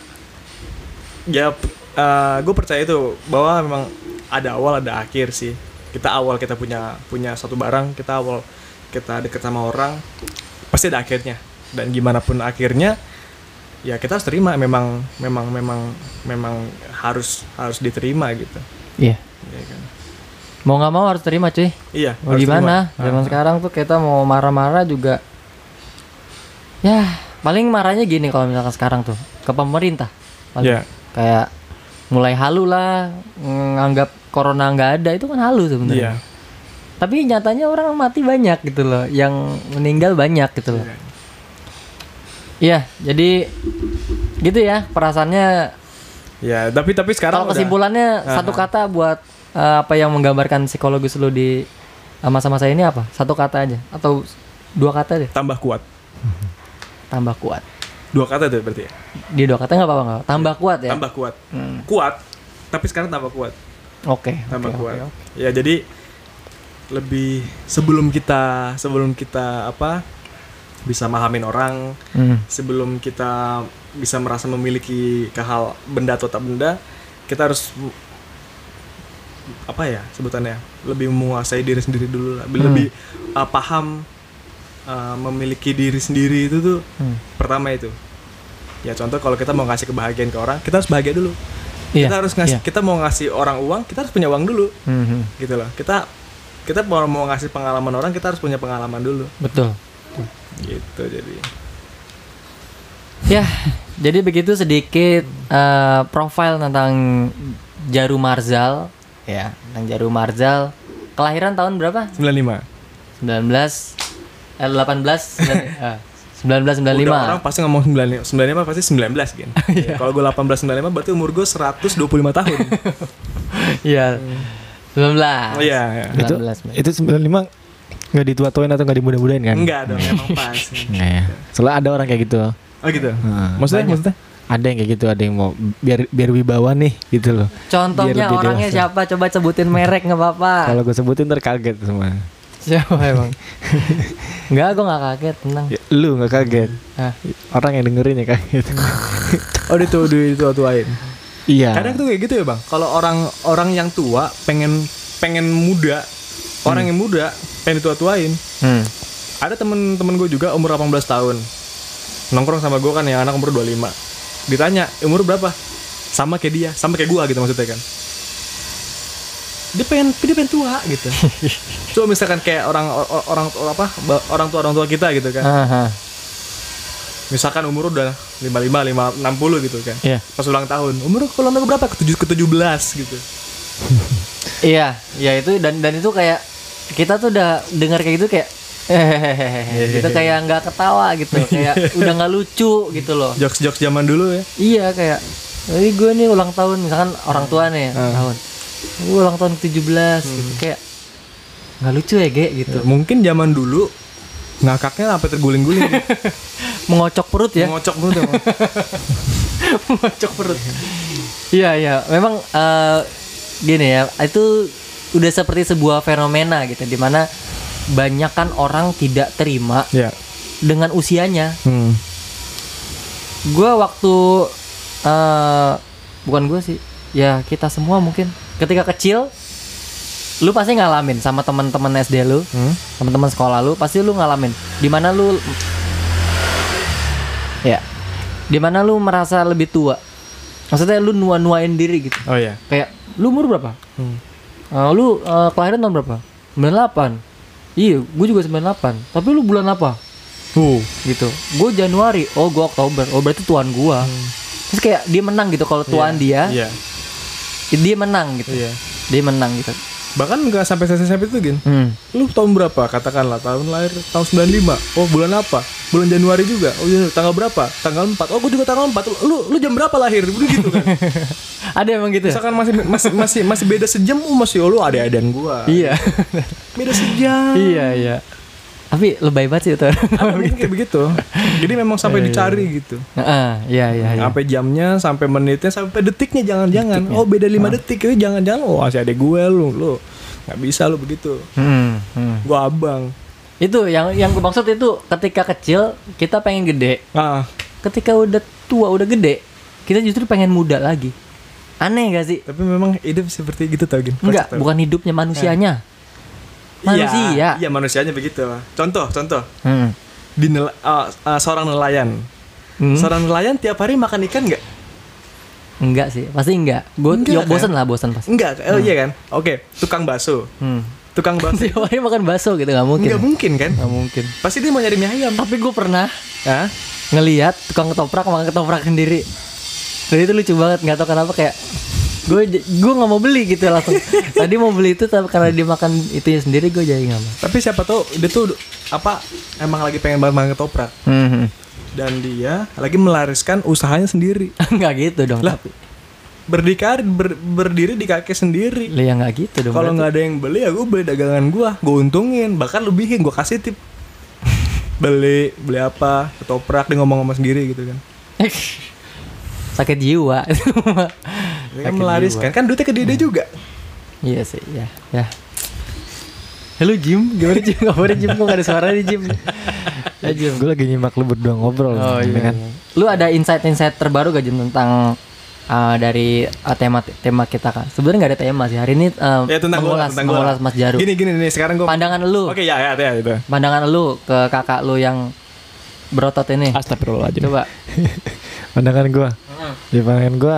Speaker 2: ya uh, gue percaya itu bahwa memang ada awal ada akhir sih. Kita awal kita punya punya suatu barang, kita awal kita deket sama orang pasti ada akhirnya. Dan gimana pun akhirnya ya kita harus terima, memang memang memang memang harus harus diterima gitu.
Speaker 1: Iya.
Speaker 2: Iya kan?
Speaker 1: Mau nggak mau harus terima cuy.
Speaker 2: Iya.
Speaker 1: Mau
Speaker 2: harus
Speaker 1: gimana?
Speaker 2: terima.
Speaker 1: Zaman
Speaker 2: Ah.
Speaker 1: sekarang tuh kita mau marah-marah juga. Ya, paling marahnya gini kalau misalkan sekarang tuh ke pemerintah. Paling
Speaker 2: Iya.
Speaker 1: kayak mulai halu lah, nganggap corona nggak ada itu kan halu
Speaker 2: Iya.
Speaker 1: sebenarnya. Tapi nyatanya orang mati banyak gitu loh, yang meninggal banyak gitu loh. Iya, jadi gitu ya perasaannya.
Speaker 2: Ya, tapi tapi sekarang
Speaker 1: Kalau
Speaker 2: udah-
Speaker 1: kesimpulannya
Speaker 2: Aha.
Speaker 1: satu kata buat eh, apa yang menggambarkan psikologis lu di eh, masa-masa ini apa? Satu kata aja atau dua kata deh?
Speaker 2: tambah kuat.
Speaker 1: Tambah kuat.
Speaker 2: Dua kata tuh berarti ya.
Speaker 1: Di dua kata nggak apa-apa nggak? Tambah kuat ya.
Speaker 2: Tambah kuat.
Speaker 1: Hmm.
Speaker 2: Kuat, tapi sekarang tambah kuat.
Speaker 1: Oke.
Speaker 2: Tambah
Speaker 1: oke,
Speaker 2: kuat.
Speaker 1: oke, oke.
Speaker 2: Ya jadi lebih sebelum kita sebelum kita apa bisa mahamin orang,
Speaker 1: Hmm.
Speaker 2: sebelum kita bisa merasa memiliki ke hal benda atau tak benda, kita harus m- apa ya sebutannya lebih menguasai diri sendiri dulu lah.
Speaker 1: Hmm.
Speaker 2: Lebih uh, paham uh, memiliki diri sendiri itu tuh
Speaker 1: Hmm.
Speaker 2: pertama itu. Ya contoh kalau kita mau ngasih kebahagiaan ke orang, kita harus bahagia dulu.
Speaker 1: Iya,
Speaker 2: Kita harus ngasih
Speaker 1: iya.
Speaker 2: kita mau ngasih orang uang, kita harus punya uang dulu.
Speaker 1: Mhm.
Speaker 2: Gitu loh. Kita kita mau mau ngasih pengalaman orang, kita harus punya pengalaman dulu.
Speaker 1: Betul.
Speaker 2: Gitu jadi.
Speaker 1: Ya, jadi begitu sedikit eh, profil tentang Jaru Marzal, ya, tentang Jaru Marzal. Kelahiran tahun berapa?
Speaker 2: sembilan puluh lima.
Speaker 1: sembilan belas eh delapan belas sembilan- eh, sembilan belas sembilan puluh lima.
Speaker 2: Udah orang pasti ngomong sembilan puluh lima, sembilan puluh lima pasti sembilan belas kan.
Speaker 1: Iya.
Speaker 2: Kalau gue delapan belas sembilan puluh lima berarti umur gue seratus dua puluh lima tahun.
Speaker 1: Iya. sembilan belas.
Speaker 2: Oh iya, iya.
Speaker 3: Itu
Speaker 1: sembilan belas.
Speaker 3: itu sembilan puluh lima nggak ditua-tuain atau nggak dimuda-mudain kan?
Speaker 2: Enggak dong, emang pas.
Speaker 3: Nggak ya. Soalnya ada orang kayak gitu.
Speaker 2: Oh gitu.
Speaker 3: Nah,
Speaker 2: Maksudnya
Speaker 1: banyak.
Speaker 2: maksudnya?
Speaker 3: ada yang kayak gitu, ada yang mau biar biar wibawa nih gitu loh.
Speaker 1: Contohnya
Speaker 3: Biar lebih
Speaker 1: orangnya
Speaker 3: dewasa.
Speaker 1: siapa? Coba sebutin merek nggak apa-apa.
Speaker 3: Kalau gue sebutin ntar kaget semua.
Speaker 1: Siapa emang? Enggak, gue nggak kaget, tenang.
Speaker 3: Ya, lu nggak kaget,
Speaker 1: Ah.
Speaker 3: orang yang dengerin ya kaget.
Speaker 2: Oh itu ditua-tuain.
Speaker 3: Iya.
Speaker 2: Kadang tuh kayak gitu ya bang. Kalau orang orang yang tua pengen pengen muda, orang yang muda pengen ditua-tuain.
Speaker 1: Hmm.
Speaker 2: Ada temen-temen gue juga umur delapan belas tahun nongkrong sama gue kan ya, anak umur dua puluh lima. Ditanya umur berapa, sama kayak dia, sama kayak gue gitu maksudnya kan. Dia pengen dia pengen tua gitu. Coba misalkan kayak orang orang, orang apa orang tua orang tua kita gitu kan.
Speaker 1: Aha.
Speaker 2: Misalkan umur udah lima puluh lima, lima enam puluh gitu kan.
Speaker 1: Iya.
Speaker 2: Pas ulang tahun, umur kalau ulang tahun berapa? Ke tujuh ke tujuh belas gitu.
Speaker 1: Iya, ya itu dan dan itu kayak kita tuh udah dengar kayak gitu kayak hehehe gitu, kayak nggak ketawa gitu, kayak udah nggak lucu gitu loh.
Speaker 2: Jokes-jokes zaman dulu ya.
Speaker 1: Iya kayak, ini gue nih ulang tahun misalkan orang tua nih
Speaker 2: Hmm.
Speaker 1: tahun, gue ulang tahun tujuh belas gitu, kayak nggak lucu ya Ge gitu.
Speaker 2: Mungkin zaman dulu ngakaknya sampai terguling-guling gitu.
Speaker 1: Mengocok perut ya.
Speaker 2: Ngocok banget ya.
Speaker 1: Mengocok perut. Iya iya, memang eh, gini ya, itu udah seperti sebuah fenomena gitu, dimana banyak kan orang tidak terima
Speaker 2: Ya.
Speaker 1: dengan usianya.
Speaker 2: Hmm.
Speaker 1: Gue waktu eh bukan gue sih, ya kita semua mungkin ketika kecil, lu pasti ngalamin sama teman-teman S D lu,
Speaker 2: Hmm.
Speaker 1: teman-teman sekolah lu, pasti lu ngalamin dimana lu ya dimana lu merasa lebih tua, maksudnya lu nua-nuain diri gitu,
Speaker 2: Oh ya.
Speaker 1: kayak lu umur berapa?
Speaker 2: Hmm.
Speaker 1: Eh, lu eh, kelahiran tahun berapa? sembilan puluh delapan. Iya, gue juga sembilan puluh delapan. Tapi lu bulan apa?
Speaker 2: Tuh.
Speaker 1: Gitu. Gue Januari. Oh, gue Oktober. Oh, berarti tuan gue. Terus kayak dia menang gitu. Kalau tuan dia,
Speaker 2: Iya.
Speaker 1: dia menang gitu.
Speaker 2: Iya.
Speaker 1: Dia menang gitu.
Speaker 2: Bahkan nggak sampai S M P itu gin.
Speaker 1: Hmm.
Speaker 2: Lu tahun berapa? Katakanlah tahun lahir tahun sembilan puluh lima. Oh, bulan apa? Bulan Januari juga. Oh, iya, tanggal berapa? Tanggal empat. Oh, gue juga tanggal empat. Lu lu jam berapa lahir? Udah gitu kan.
Speaker 1: Ada emang gitu.
Speaker 2: Misalkan masih masih masih masih beda sejam, oh masih oh, lu ada-adaan gua.
Speaker 1: Iya.
Speaker 2: Beda sejam.
Speaker 1: Iya, iya. Tapi lebay banget sih itu.
Speaker 2: Apa mungkin kayak begitu. Jadi memang sampai
Speaker 1: Iya, iya,
Speaker 2: dicari gitu.
Speaker 1: Heeh, iya, iya, iya.
Speaker 2: Sampai jamnya, sampai menitnya, sampai detiknya jangan-jangan. Oh, beda lima detik. Itu jangan-jangan. Oh, masih ada gue lu. Lu nggak bisa lu begitu.
Speaker 1: Hmm, hmm.
Speaker 2: Gua abang.
Speaker 1: Itu yang yang gue maksud itu ketika kecil kita pengen gede.
Speaker 2: Ah,
Speaker 1: Ketika udah tua, udah gede, kita justru pengen muda lagi. Aneh gak sih?
Speaker 2: tapi memang hidup seperti gitu tau Gin.
Speaker 1: Enggak,
Speaker 2: Pasti tahu.
Speaker 1: bukan hidupnya manusianya. Manusia.
Speaker 2: Iya, iya manusianya begitu. Contoh, contoh.
Speaker 1: Hmm.
Speaker 2: Di nel- uh, uh, seorang nelayan.
Speaker 1: Hmm.
Speaker 2: Seorang nelayan tiap hari makan ikan nggak?
Speaker 1: Enggak sih, pasti enggak. Gue
Speaker 2: Enggak,
Speaker 1: yo
Speaker 2: kan?
Speaker 1: bosan lah, bosan pasti.
Speaker 2: Enggak. Oh iya kan? Oke, tukang bakso.
Speaker 1: Hmm.
Speaker 2: Tukang bakso.
Speaker 1: Tiap hari makan bakso gitu nggak mungkin.
Speaker 2: Enggak mungkin kan?
Speaker 1: Nggak mungkin.
Speaker 2: Pasti dia mau nyari mie ayam.
Speaker 1: Tapi gue pernah
Speaker 2: Hah?
Speaker 1: ngelihat tukang ketoprak makan ketoprak sendiri. Dan itu lucu banget, nggak tahu kenapa kayak gue gue nggak mau beli gitu langsung. Tadi mau beli itu tapi karena dia makan itunya sendiri gue jadi nggak mau.
Speaker 2: Tapi siapa tahu dia tuh apa emang lagi pengen banget makan ketoprak
Speaker 1: Hmm.
Speaker 2: dan dia lagi melariskan usahanya sendiri.
Speaker 1: Nggak gitu dong.
Speaker 2: Lah,
Speaker 1: Tapi
Speaker 2: berdikari ber- berdiri di kaki sendiri.
Speaker 1: lah ya nggak gitu dong.
Speaker 2: Kalau
Speaker 1: berarti.
Speaker 2: nggak ada yang beli ya gue beli dagangan gue, gue untungin, bahkan lebihin, gue kasih tip. Beli, beli apa? Ketoprak, dia ngomong-ngomong sendiri gitu kan.
Speaker 1: Sakit jiwa.
Speaker 2: Dia kan
Speaker 1: Sakit
Speaker 2: melariskan, kan duitnya ke dia dia juga.
Speaker 1: Iya sih, ya, ya. Halo Jim, gimana Jim? Kabarnya Jim? Kok gak ada suara nih Jim? Ya Jim.
Speaker 3: Gue lagi nyimak lu berdua ngobrol.
Speaker 1: Oh
Speaker 3: ini
Speaker 1: iya.
Speaker 3: kan.
Speaker 1: Lu ada insight-insight terbaru gak Jim tentang uh, dari uh, tema tema kita kan? Sebenarnya nggak ada tema sih hari ini. Uh,
Speaker 2: Ya tentang gue,
Speaker 1: mengulas,
Speaker 2: tentang gue.
Speaker 1: mengulas Mas Jaru.
Speaker 2: Gini gini nih sekarang gue.
Speaker 1: Pandangan lu,
Speaker 2: Oke ya ya ya itu.
Speaker 1: pandangan lu ke kakak lu yang berotot ini.
Speaker 3: Astagfirullahaladzim.
Speaker 1: Coba.
Speaker 3: Pandangan gue, di pandangan gue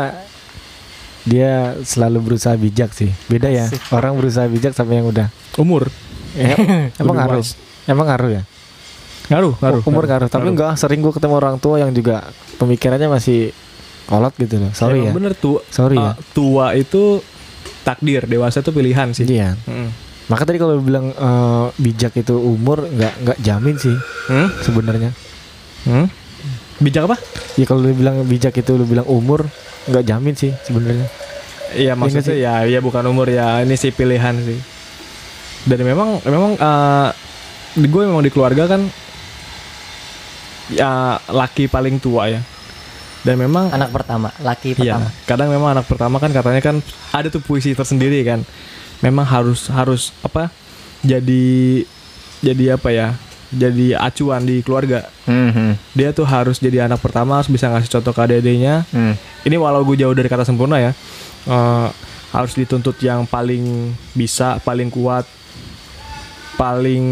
Speaker 3: dia selalu berusaha bijak sih. Beda ya.
Speaker 1: Asik.
Speaker 3: Orang berusaha bijak sama yang udah.
Speaker 2: Umur.
Speaker 3: Ya, emang
Speaker 2: Lebih
Speaker 3: ngaruh.
Speaker 2: wise.
Speaker 3: Emang ngaruh ya.
Speaker 2: Ngaruh, ngaruh.
Speaker 3: Umur ngaruh. Tapi enggak sering gue ketemu orang tua yang juga pemikirannya masih kolot gitu loh. Sorry ya.
Speaker 2: Emang bener tua.
Speaker 3: Sorry ya.
Speaker 2: uh, tua itu takdir, dewasa itu pilihan sih.
Speaker 3: Iya.
Speaker 2: Mm.
Speaker 3: Maka tadi kalau bilang eh, bijak itu umur nggak nggak jamin sih
Speaker 2: Hmm?
Speaker 3: sebenarnya.
Speaker 2: Hmm? Bijak apa?
Speaker 3: Ya kalau lu bilang bijak itu lu bilang umur nggak jamin sih sebenarnya.
Speaker 2: Iya maksudnya
Speaker 3: sih?
Speaker 2: ya ya bukan umur ya, ini sih pilihan sih. Dan memang memang uh, gue memang di keluarga kan ya laki paling tua ya. Dan memang
Speaker 1: Anak pertama, laki pertama.
Speaker 2: iya, kadang memang anak pertama kan katanya kan ada tuh puisi tersendiri kan. Memang harus harus apa? Jadi jadi apa ya? Jadi acuan di keluarga.
Speaker 1: Hmm.
Speaker 2: Dia tuh harus jadi anak pertama, harus bisa ngasih contoh ke adik-adiknya.
Speaker 1: Hmm.
Speaker 2: Ini walau gue jauh dari kata sempurna ya. eh, harus dituntut yang paling bisa, paling kuat, paling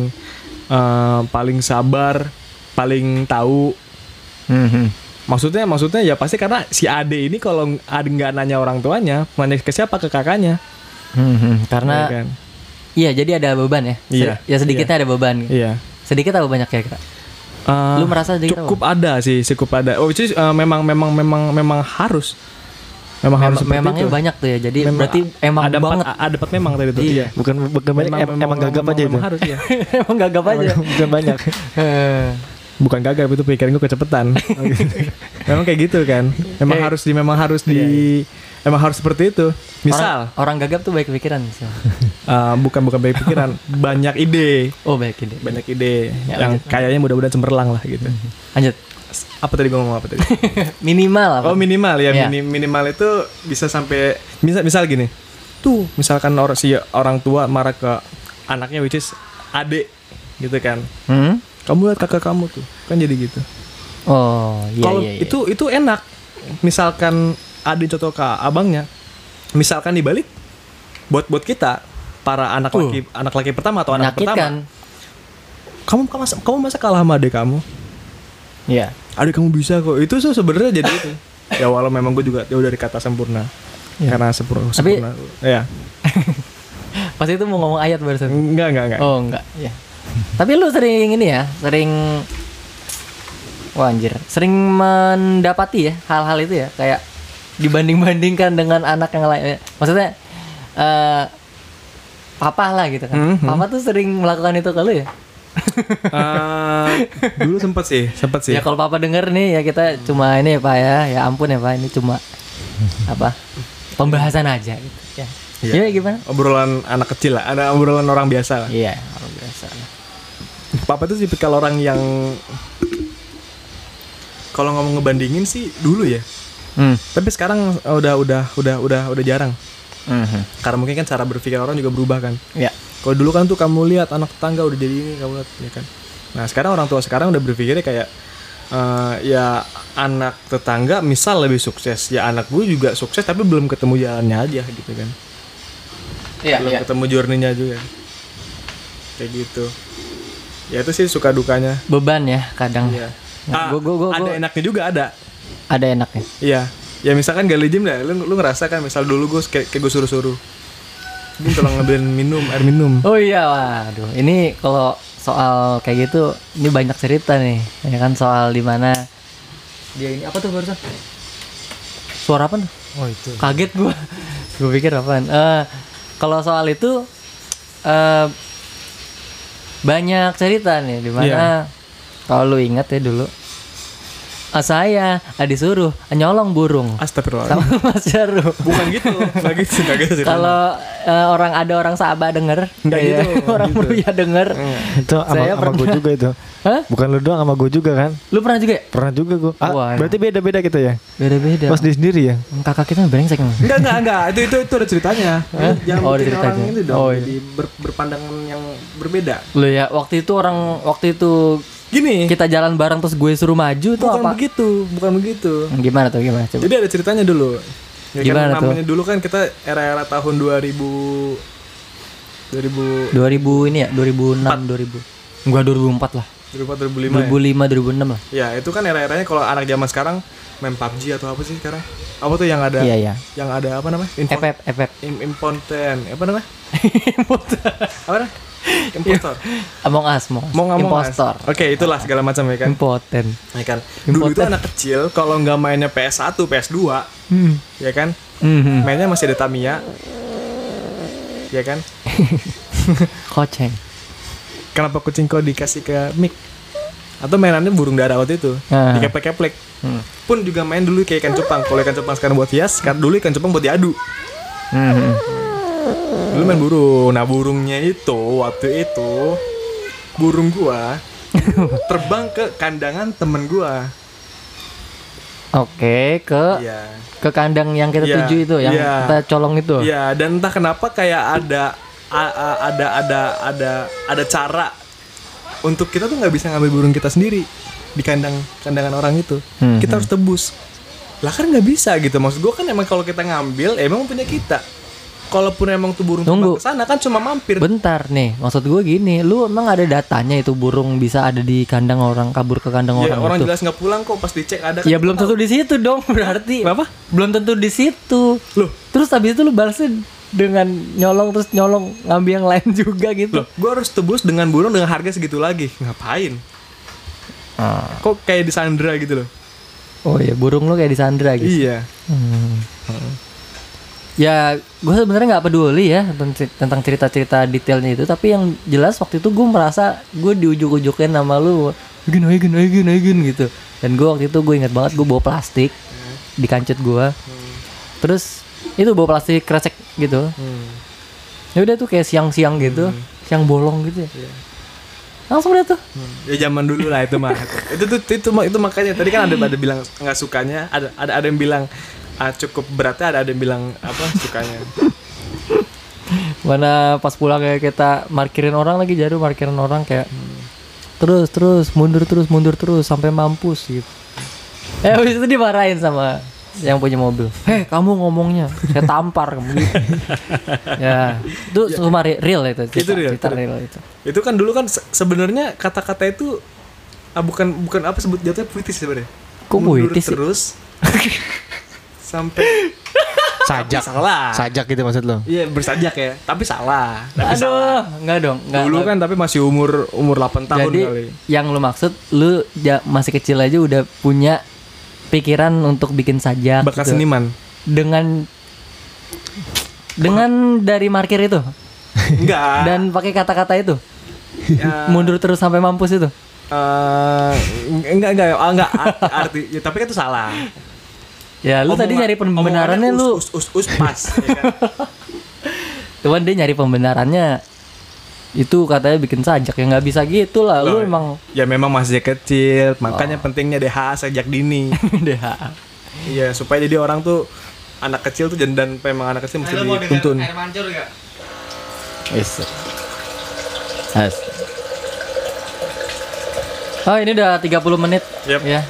Speaker 2: eh, paling sabar, paling tahu.
Speaker 1: Hmm.
Speaker 2: Maksudnya maksudnya ya pasti karena si ade ini kalau ade nggak nanya orang tuanya, nanya ke siapa, ke kakaknya.
Speaker 1: Hmm. Karena
Speaker 2: Ya kan?
Speaker 1: iya, jadi ada beban ya.
Speaker 2: Iya.
Speaker 1: Se- Ya sedikitnya ada beban.
Speaker 2: Iya.
Speaker 1: Sedikit atau banyak ya, Kak?
Speaker 2: Eh,
Speaker 1: Lu merasa sedikit
Speaker 2: cukup
Speaker 1: apa?
Speaker 2: ada sih, cukup ada. Oh, itu eh, memang memang memang memang harus. Memang harus
Speaker 1: Mem-
Speaker 2: seperti
Speaker 1: memangnya
Speaker 2: itu.
Speaker 1: banyak tuh ya. Jadi
Speaker 2: Memang
Speaker 1: berarti emang
Speaker 2: ada
Speaker 1: banget.
Speaker 2: Empat, ada empat memang tadi itu.
Speaker 1: Iya.
Speaker 3: Bukan bukan banyak, em- emang, gagap aja itu.
Speaker 2: Memang harus ya.
Speaker 1: Emang gagap aja.
Speaker 3: Bukan banyak.
Speaker 2: Bukan gagap, itu pikiran gue kecepetan. Memang kayak gitu kan. Memang
Speaker 1: Kayak-
Speaker 2: harus di memang harus di emang harus seperti itu. Misal
Speaker 1: orang, orang gagap tuh baik pikiran. misal.
Speaker 2: eh, bukan bukan banyak pikiran, banyak ide.
Speaker 1: Oh, baik ide.
Speaker 2: Banyak ide
Speaker 1: Ya,
Speaker 2: yang
Speaker 1: lanjut.
Speaker 2: kayaknya mudah-mudahan cemerlang lah gitu.
Speaker 1: Lanjut.
Speaker 2: Apa tadi gue ngomong apa tadi?
Speaker 1: Minimal apa?
Speaker 2: Oh minimal ya,
Speaker 1: Iya.
Speaker 2: mini- minimal itu bisa sampai misal misal gini. Tuh, misalkan orang si orang tua marah ke anaknya which is adik gitu kan.
Speaker 1: Hmm?
Speaker 2: Kamu lihat kakak kamu tuh, kan jadi gitu.
Speaker 1: Oh, iya
Speaker 2: Kalau
Speaker 1: iya. iya.
Speaker 2: itu itu enak. Misalkan adik contoh ke abangnya, misalkan dibalik buat buat kita para anak
Speaker 1: Uh.
Speaker 2: laki anak laki pertama atau anak pertama.
Speaker 1: menyakitkan.
Speaker 2: Kamu masa kamu masa kalah sama adik kamu?
Speaker 1: Iya.
Speaker 2: Adik kamu bisa kok. Itu tuh sebenarnya jadi itu. Ya walau memang gue juga jauh dari kata sempurna. Karena sempurna,
Speaker 1: Tapi-
Speaker 2: sempurna. Ya.
Speaker 1: Pas itu mau ngomong ayat barusan.
Speaker 2: Enggak, enggak, enggak.
Speaker 1: Oh, enggak. Ya. Tapi lu sering ini ya, sering Wah anjir, sering mendapati ya hal-hal itu ya, kayak dibanding-bandingkan dengan anak yang lain. Maksudnya eh papa lah gitu kan.
Speaker 2: Mhm.
Speaker 1: Papa tuh sering melakukan itu ke lu ya?
Speaker 2: Eh, dulu sempet sih, sempet sih.
Speaker 1: Ya kalau papa denger nih ya kita cuma ini ya Pak ya, ya ampun ya Pak, ini cuma apa? Pembahasan aja gitu ya.
Speaker 2: Iya.
Speaker 1: Iya gimana?
Speaker 2: Obrolan anak kecil lah, ada obrolan orang biasa lah.
Speaker 1: Iya, orang biasa.
Speaker 2: Papa tuh tipikal orang yang kalau ngomong ngebandingin sih dulu ya.
Speaker 1: Hmm.
Speaker 2: Tapi sekarang udah udah udah udah udah jarang.
Speaker 1: Mhm.
Speaker 2: Karena mungkin kan cara berpikir orang juga berubah kan.
Speaker 1: Ya.
Speaker 2: Kalau dulu kan tuh kamu lihat anak tetangga udah jadi ini, kamu lihat ya kan. Nah sekarang orang tua sekarang udah berpikirnya kayak eh, ya anak tetangga misal lebih sukses, ya anak gue juga sukses tapi belum ketemu jalannya aja gitu kan.
Speaker 1: Iya,
Speaker 2: Belum
Speaker 1: iya.
Speaker 2: ketemu journey-nya juga. Kayak gitu. Ya itu sih suka dukanya.
Speaker 1: Beban ya kadang.
Speaker 2: Iya.
Speaker 1: Nah,
Speaker 2: Ah,
Speaker 1: gua- gua- gua-
Speaker 2: ada
Speaker 1: gua-
Speaker 2: enaknya juga ada.
Speaker 1: Ada enaknya.
Speaker 2: Iya. Ya misalkan gali gym lah, lu, lu ngerasa kan misal dulu gue kayak, kayak gue suruh-suruh. Ini tolong ngambilin minum, air minum.
Speaker 1: Oh iya, waduh. Ini kalau soal kayak gitu, ini banyak cerita nih. Ya kan soal dimana dia ini apa tuh barusan? Suara apa tuh?
Speaker 3: Oh itu.
Speaker 1: Kaget gua. Gua pikir apaan. Eh kalau soal itu eh banyak cerita nih dimana
Speaker 2: Iya.
Speaker 1: kalau lu ingat ya dulu. Ah, saya ah, disuruh nyolong burung
Speaker 2: Astagfirullah.
Speaker 1: sama Mas Jaru.
Speaker 2: Bukan gitu, nggak gitu, nggak gitu ceritanya.
Speaker 1: Kalau eh, orang ada orang sahabat denger,
Speaker 2: Nggak
Speaker 1: ya,
Speaker 2: gitu,
Speaker 1: orang
Speaker 2: gitu.
Speaker 1: Mulia denger.
Speaker 3: Itu sama
Speaker 1: Saya
Speaker 3: sama gue
Speaker 1: pernah-
Speaker 3: juga itu.
Speaker 1: Hah?
Speaker 3: Bukan lu doang, sama gue juga kan.
Speaker 1: Lu pernah juga ya?
Speaker 3: Pernah juga gue. Ah,
Speaker 1: Wah.
Speaker 3: berarti beda-beda kita ya.
Speaker 1: Beda-beda.
Speaker 3: Pas di sendiri ya.
Speaker 1: Kakak kita brengsek emang.
Speaker 2: Enggak, enggak, enggak. Itu itu itu ada ceritanya. Jangan
Speaker 1: Oh, ada
Speaker 2: bikin
Speaker 1: ceritanya.
Speaker 2: orang ini dong.
Speaker 1: Oh, iya.
Speaker 2: Jadi ber- berpandangan yang berbeda.
Speaker 1: Lu ya waktu itu orang waktu itu
Speaker 2: Gini.
Speaker 1: kita jalan bareng terus gue suruh maju tuh
Speaker 2: bukan
Speaker 1: apa?
Speaker 2: begitu, bukan begitu.
Speaker 1: Gimana tuh gimana coba?
Speaker 2: Jadi ada ceritanya dulu. Ya
Speaker 1: Gimana
Speaker 2: kan,
Speaker 1: tuh?
Speaker 2: namanya dulu kan kita era-era tahun dua ribu dua ribu
Speaker 1: dua ribu ini ya, dua ribu enam, dua ribu. Enggak dua ribu empat lah.
Speaker 2: dua ribu empat dua ribu lima
Speaker 1: dua ribu lima, dua ribu enam lah.
Speaker 2: ya. Ya, itu kan era-eranya kalau anak zaman sekarang main P U B G atau apa sih sekarang? Apa tuh yang ada
Speaker 1: Iya, iya.
Speaker 2: yang ada apa namanya? Info,
Speaker 1: F F F F.
Speaker 2: im, imponten. Apa namanya? Apa namanya? Impostor.
Speaker 1: Among Us, Among Us.
Speaker 2: Mau ngomong
Speaker 1: Impostor.
Speaker 2: Oke, itulah segala macam ya kan.
Speaker 1: Impoten.
Speaker 2: Ya kan. Dulu itu
Speaker 1: Impoten.
Speaker 2: anak kecil kalau nggak mainnya P S satu, P S dua,
Speaker 1: Hmm.
Speaker 2: ya kan?
Speaker 1: Mhm.
Speaker 2: Mainnya masih ada Tamiya. Ya kan?
Speaker 1: Koceng.
Speaker 2: Kenapa kucing kau dikasih ke mic? Atau mainannya burung dara waktu itu,
Speaker 1: Ah.
Speaker 2: dikeplek-keplek.
Speaker 1: Hmm.
Speaker 2: Pun juga main dulu kayak ikan cupang. Kalau ikan cupang sekarang buat hias, sekarang dulu ikan cupang buat diadu.
Speaker 1: Mhm.
Speaker 2: Dulu main burung. Nah burungnya itu waktu itu burung gua Terbang ke kandangan temen gua.
Speaker 1: Oke, ke
Speaker 2: Iya.
Speaker 1: ke kandang yang kita
Speaker 2: Iya,
Speaker 1: tuju itu, yang
Speaker 2: iya.
Speaker 1: kita colong itu.
Speaker 2: Iya, dan entah kenapa kayak ada a- a- ada ada ada ada cara untuk kita tuh nggak bisa ngambil burung kita sendiri di kandang kandangan orang itu.
Speaker 1: Hmm,
Speaker 2: Kita harus tebus. Lah kan nggak bisa gitu. Maksud gua kan emang kalau kita ngambil emang punya kita. Kalaupun emang tuh burung
Speaker 1: Tunggu.
Speaker 2: terbang ke sana kan cuma mampir.
Speaker 1: Bentar nih, maksud gue gini, lu emang ada datanya itu burung bisa ada di kandang orang, kabur ke kandang
Speaker 2: Ya,
Speaker 1: orang,
Speaker 2: orang
Speaker 1: itu?
Speaker 2: jelas nggak pulang kok, pas dicek ada.
Speaker 1: Ya
Speaker 2: kan
Speaker 1: belum
Speaker 2: kita
Speaker 1: tentu di situ dong berarti.
Speaker 2: Kenapa?
Speaker 1: Belum tentu di situ.
Speaker 2: Loh.
Speaker 1: Terus habis itu lu balasnya dengan nyolong terus nyolong ngambil yang lain juga gitu.
Speaker 2: Loh, gue harus tebus dengan burung dengan harga segitu lagi. Ngapain?
Speaker 1: Ah.
Speaker 2: Kok kayak disandra gitu loh?
Speaker 1: Oh iya, burung lu kayak disandra gitu.
Speaker 2: Iya.
Speaker 1: Hmm. Ya, gue sebenarnya nggak peduli ya tentang cer- tentang cerita-cerita detailnya itu, tapi yang jelas waktu itu gue merasa gue diujuk-ujukin sama lu, Egin, Egin, Egin, Egin gitu. Dan gue waktu itu gue ingat banget gue bawa plastik di kancut gue, terus itu bawa plastik kresek gitu.
Speaker 2: Hmm.
Speaker 1: Ya udah tuh kayak siang-siang gitu, siang bolong gitu ya. Langsung udah tuh.
Speaker 2: Ya zaman dulu lah itu mah. itu tuh itu, itu, itu makanya tadi kan ada ada bilang nggak sukanya, ada ada ada yang bilang ah, cukup beratnya, ada ada yang bilang apa sukanya.
Speaker 1: Mana pas pulang kayak kita markirin orang lagi, Jaru markirin orang kayak terus terus mundur terus mundur terus sampai mampus gitu. Eh habis itu dimarahin sama yang punya mobil. Heh kamu ngomongnya, saya tampar kamu gitu. Ya itu cuma re- real itu. Cerita,
Speaker 2: Itu real,
Speaker 1: cerita
Speaker 2: itu
Speaker 1: real itu.
Speaker 2: Itu kan dulu kan se- sebenarnya kata-kata itu ah, bukan bukan apa sebut jatuhnya puitis sebenarnya.
Speaker 1: Kok
Speaker 2: Mundur
Speaker 1: puitis sih?
Speaker 2: terus sampai
Speaker 3: Sajak.
Speaker 2: salah.
Speaker 3: Sajak gitu maksud lo.
Speaker 2: Iya bersajak ya, tapi salah. Tapi
Speaker 1: Aduh,
Speaker 2: salah.
Speaker 1: enggak dong, enggak.
Speaker 2: Dulu kan tapi masih umur umur delapan tahun
Speaker 1: Jadi
Speaker 2: kali.
Speaker 1: yang lu maksud lu ja- masih kecil aja udah punya pikiran untuk bikin sajak
Speaker 2: Bakat
Speaker 1: gitu.
Speaker 2: seniman.
Speaker 1: Dengan dengan dari markir itu
Speaker 2: Enggak.
Speaker 1: dan pakai kata-kata itu.
Speaker 2: Ya,
Speaker 1: Mundur terus sampai mampus itu.
Speaker 2: eh, enggak enggak ah, enggak arti, arti ya, tapi kan itu salah.
Speaker 1: Ya lu tadi
Speaker 2: Omongan-
Speaker 1: nyari pembenarannya
Speaker 2: omongannya
Speaker 1: lu.
Speaker 2: us us us, us pas ya kan?
Speaker 1: Cuman dia nyari pembenarannya itu katanya bikin sajak ya nggak bisa gitu lah. Lu
Speaker 2: Loh,
Speaker 1: emang
Speaker 2: ya memang masih kecil, makanya
Speaker 1: Oh.
Speaker 2: pentingnya D H A sejak dini.
Speaker 1: D H A.
Speaker 2: Iya, supaya jadi orang tuh anak kecil tuh dan dan memang anak kecil mesti dituntun.
Speaker 4: mancur gak?
Speaker 1: Yes. Yes. Oh ini udah tiga puluh menit.
Speaker 2: Yep.
Speaker 1: Ya.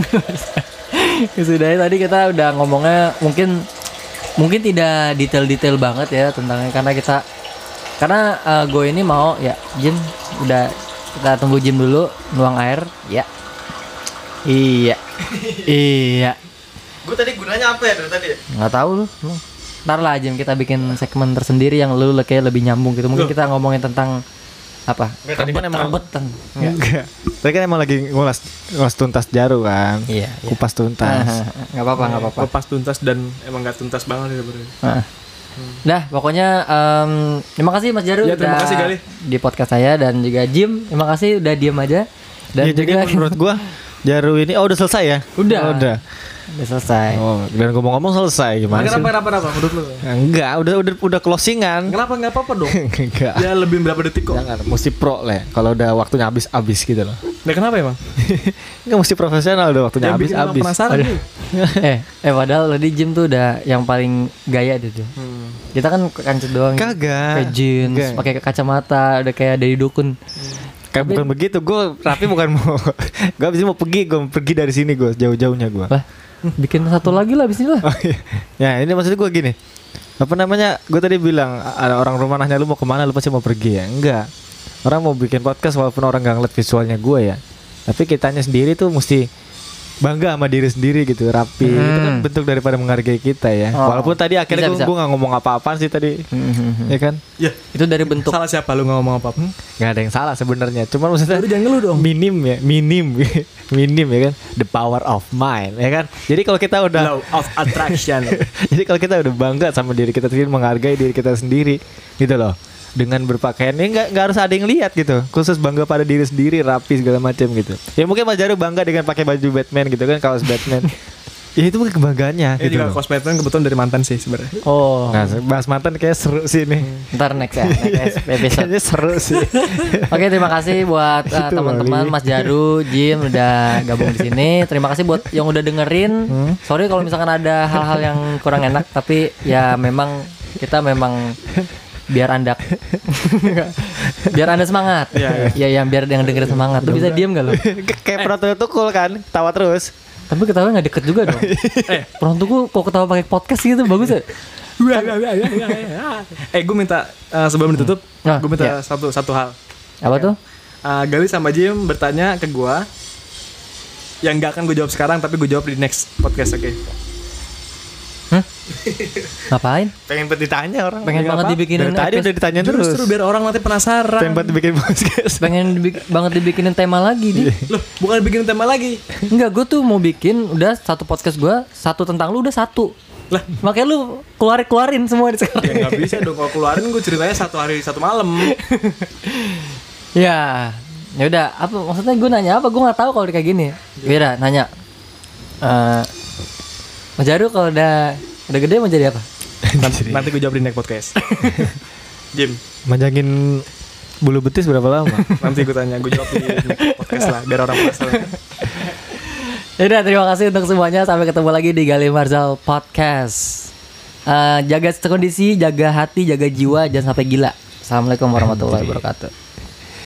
Speaker 1: Sudah tadi kita udah ngomongnya mungkin mungkin tidak detail-detail banget ya tentangnya karena kita karena uh, gue ini mau ya Jim udah kita tunggu Jim dulu nuang air ya. Iya. Iya.
Speaker 4: Gue tadi gunanya apa ya dari tadi?
Speaker 1: Nggak tahu lu. lu. Ntar lah Jim kita bikin segmen tersendiri yang lu kayak lebih nyambung gitu. Mungkin
Speaker 2: Loh.
Speaker 1: kita ngomongin tentang apa?
Speaker 3: Tadi kan emang
Speaker 1: Rebetan.
Speaker 3: enggak. Tadi kan emang lagi ngulas ngulas tuntas Jaru kan.
Speaker 1: Iya, iya.
Speaker 3: Kupas tuntas.
Speaker 1: Nggak apa-apa, nggak apa-apa.
Speaker 2: Lepas tuntas dan emang nggak tuntas banget sih sebenarnya.
Speaker 1: Nah. Dah, pokoknya em, terima kasih Mas Jaru
Speaker 2: Ya, terima
Speaker 1: udah
Speaker 2: kasih, Gali.
Speaker 1: di podcast saya dan juga Jim, terima kasih udah diem aja. Dan
Speaker 3: Ya, jadi
Speaker 1: juga
Speaker 3: menurut gua Jaru ini oh udah selesai ya?
Speaker 1: Udah.
Speaker 3: Oh, udah.
Speaker 1: udah selesai.
Speaker 3: Oh, dan ngomong-ngomong selesai gimana sih?
Speaker 2: Kenapa kenapa kenapa menurut lu?
Speaker 3: Enggak, udah udah udah closingan.
Speaker 2: Kenapa nggak apa-apa dong?
Speaker 3: Enggak.
Speaker 2: Ya lebih berapa detik kok?
Speaker 3: Jangan, mesti pro lah. Kalau udah waktunya habis habis gitu loh.
Speaker 2: Nah, kenapa emang?
Speaker 3: Enggak mesti profesional udah waktunya
Speaker 2: Yang
Speaker 3: habis
Speaker 2: bikin orang
Speaker 3: habis.
Speaker 2: penasaran nih.
Speaker 1: eh, eh padahal tadi Jim tuh udah yang paling gaya deh tuh.
Speaker 2: Hmm.
Speaker 1: Kita kan kancut doang.
Speaker 3: Kagak.
Speaker 1: Pakai jeans,
Speaker 3: Enggak.
Speaker 1: pakai kacamata, udah kayak dari dukun.
Speaker 3: Kayak bukan begitu, gue tapi bukan mau, gue abis ini mau pergi, gue mau pergi dari sini gue jauh-jauhnya gue.
Speaker 1: Lah, bikin satu lagi lah abis ini lah.
Speaker 3: Oh, iya. Ya ini maksud gue gini, apa namanya? Gue tadi bilang ada orang rumah nanya lu mau kemana, lu pasti mau pergi ya? Enggak. Orang mau bikin podcast walaupun orang nggak ngeliat visualnya gue ya, tapi kitanya sendiri tuh mesti bangga sama diri sendiri gitu, rapi.
Speaker 1: Hmm.
Speaker 3: Itu kan bentuk daripada menghargai kita ya.
Speaker 1: Oh,
Speaker 3: Walaupun tadi akhirnya
Speaker 1: bisa,
Speaker 3: gue
Speaker 1: bisa.
Speaker 3: nggak ngomong apa-apaan sih tadi,
Speaker 1: Mhm.
Speaker 3: ya kan?
Speaker 2: Ya,
Speaker 1: Itu dari bentuk
Speaker 2: salah siapa lu nggak ngomong apa? Hmm?
Speaker 3: Nggak ada yang salah sebenarnya. Cuman maksudnya
Speaker 2: Udah jangan ngeluh dong.
Speaker 3: minim ya, minim, minim ya kan. The power of mind, ya kan. Jadi kalau kita udah,
Speaker 2: Law of attraction.
Speaker 3: jadi kalau kita udah bangga sama diri kita sendiri, menghargai diri kita sendiri, gitu loh. Dengan berpakaian ini nggak nggak harus ada yang lihat gitu. Khusus bangga pada diri sendiri, rapi segala macam gitu. Ya mungkin Mas Jaru bangga dengan pakai baju Batman gitu kan, kaos Batman. Ya itu bukan kebanggaannya
Speaker 2: Ini
Speaker 3: gitu
Speaker 2: juga
Speaker 3: loh.
Speaker 2: kosmetan kebetulan dari mantan sih sebenarnya.
Speaker 1: Oh,
Speaker 3: Nah, bahas mantan kayak seru sih nih.
Speaker 1: ntar next ya, next episode.
Speaker 3: Kayaknya seru sih.
Speaker 1: Oke, terima kasih buat uh,
Speaker 3: Itu
Speaker 1: teman-teman
Speaker 3: Wali.
Speaker 1: Mas Jaru, Jim udah gabung di sini. Terima kasih buat yang udah dengerin. Sorry kalau misalkan ada hal-hal yang kurang enak, tapi ya memang kita memang biar Anda biar Anda semangat.
Speaker 2: Iya,
Speaker 1: Ya, yang biar yang dengerin semangat. Lu bisa diem gak lo?
Speaker 3: Kayak pernah tukul kan, tawa terus.
Speaker 1: Tapi ketawa nggak deket juga dong. Eh, penontonku kok ketawa pakai podcast gitu bagus ya.
Speaker 2: Eh gue minta uh, sebelum ditutup,
Speaker 1: Nah,
Speaker 2: gue minta
Speaker 1: iya.
Speaker 2: satu satu hal.
Speaker 1: Apa tuh?
Speaker 2: Uh, Gali sama Jim bertanya ke gue yang gak akan gue jawab sekarang, tapi gue jawab di next podcast, oke?
Speaker 1: Ngapain?
Speaker 3: Pengen banget ditanya orang.
Speaker 1: Pengen
Speaker 2: Nggak
Speaker 1: banget
Speaker 2: apa.
Speaker 1: dibikinin
Speaker 3: Dari tadi
Speaker 1: episode-
Speaker 3: udah ditanya terus.
Speaker 2: Justru biar orang nanti penasaran.
Speaker 3: Pengen banget dibikin podcast.
Speaker 1: pengen dibik- banget dibikinin tema lagi di.
Speaker 2: Loh, bukan bikin tema lagi.
Speaker 1: Enggak, gue tuh mau bikin udah satu podcast gue satu tentang lu udah satu.
Speaker 2: Lah,
Speaker 1: Makanya lu keluarin keluarin semua di sekarang.
Speaker 2: ya nggak bisa dong kalau keluarin gue ceritanya satu hari satu malam.
Speaker 1: Ya, ya udah. Apa maksudnya gue nanya apa? Gue nggak tahu kalau kayak gini. Ya udah nanya. Eh, Mas Jaru kalau udah udah gede mau jadi apa?
Speaker 2: Nanti, nanti gue jawab di next podcast. Jim,
Speaker 3: Manjangin bulu betis berapa lama?
Speaker 2: nanti gue tanya, gue jawab di next podcast lah biar orang penasaran.
Speaker 1: Ya udah, terima kasih untuk semuanya. Sampai ketemu lagi di Gali Marzal Podcast. Eh, jaga kondisi, jaga hati, jaga jiwa, jangan sampai gila. Assalamualaikum warahmatullahi wabarakatuh.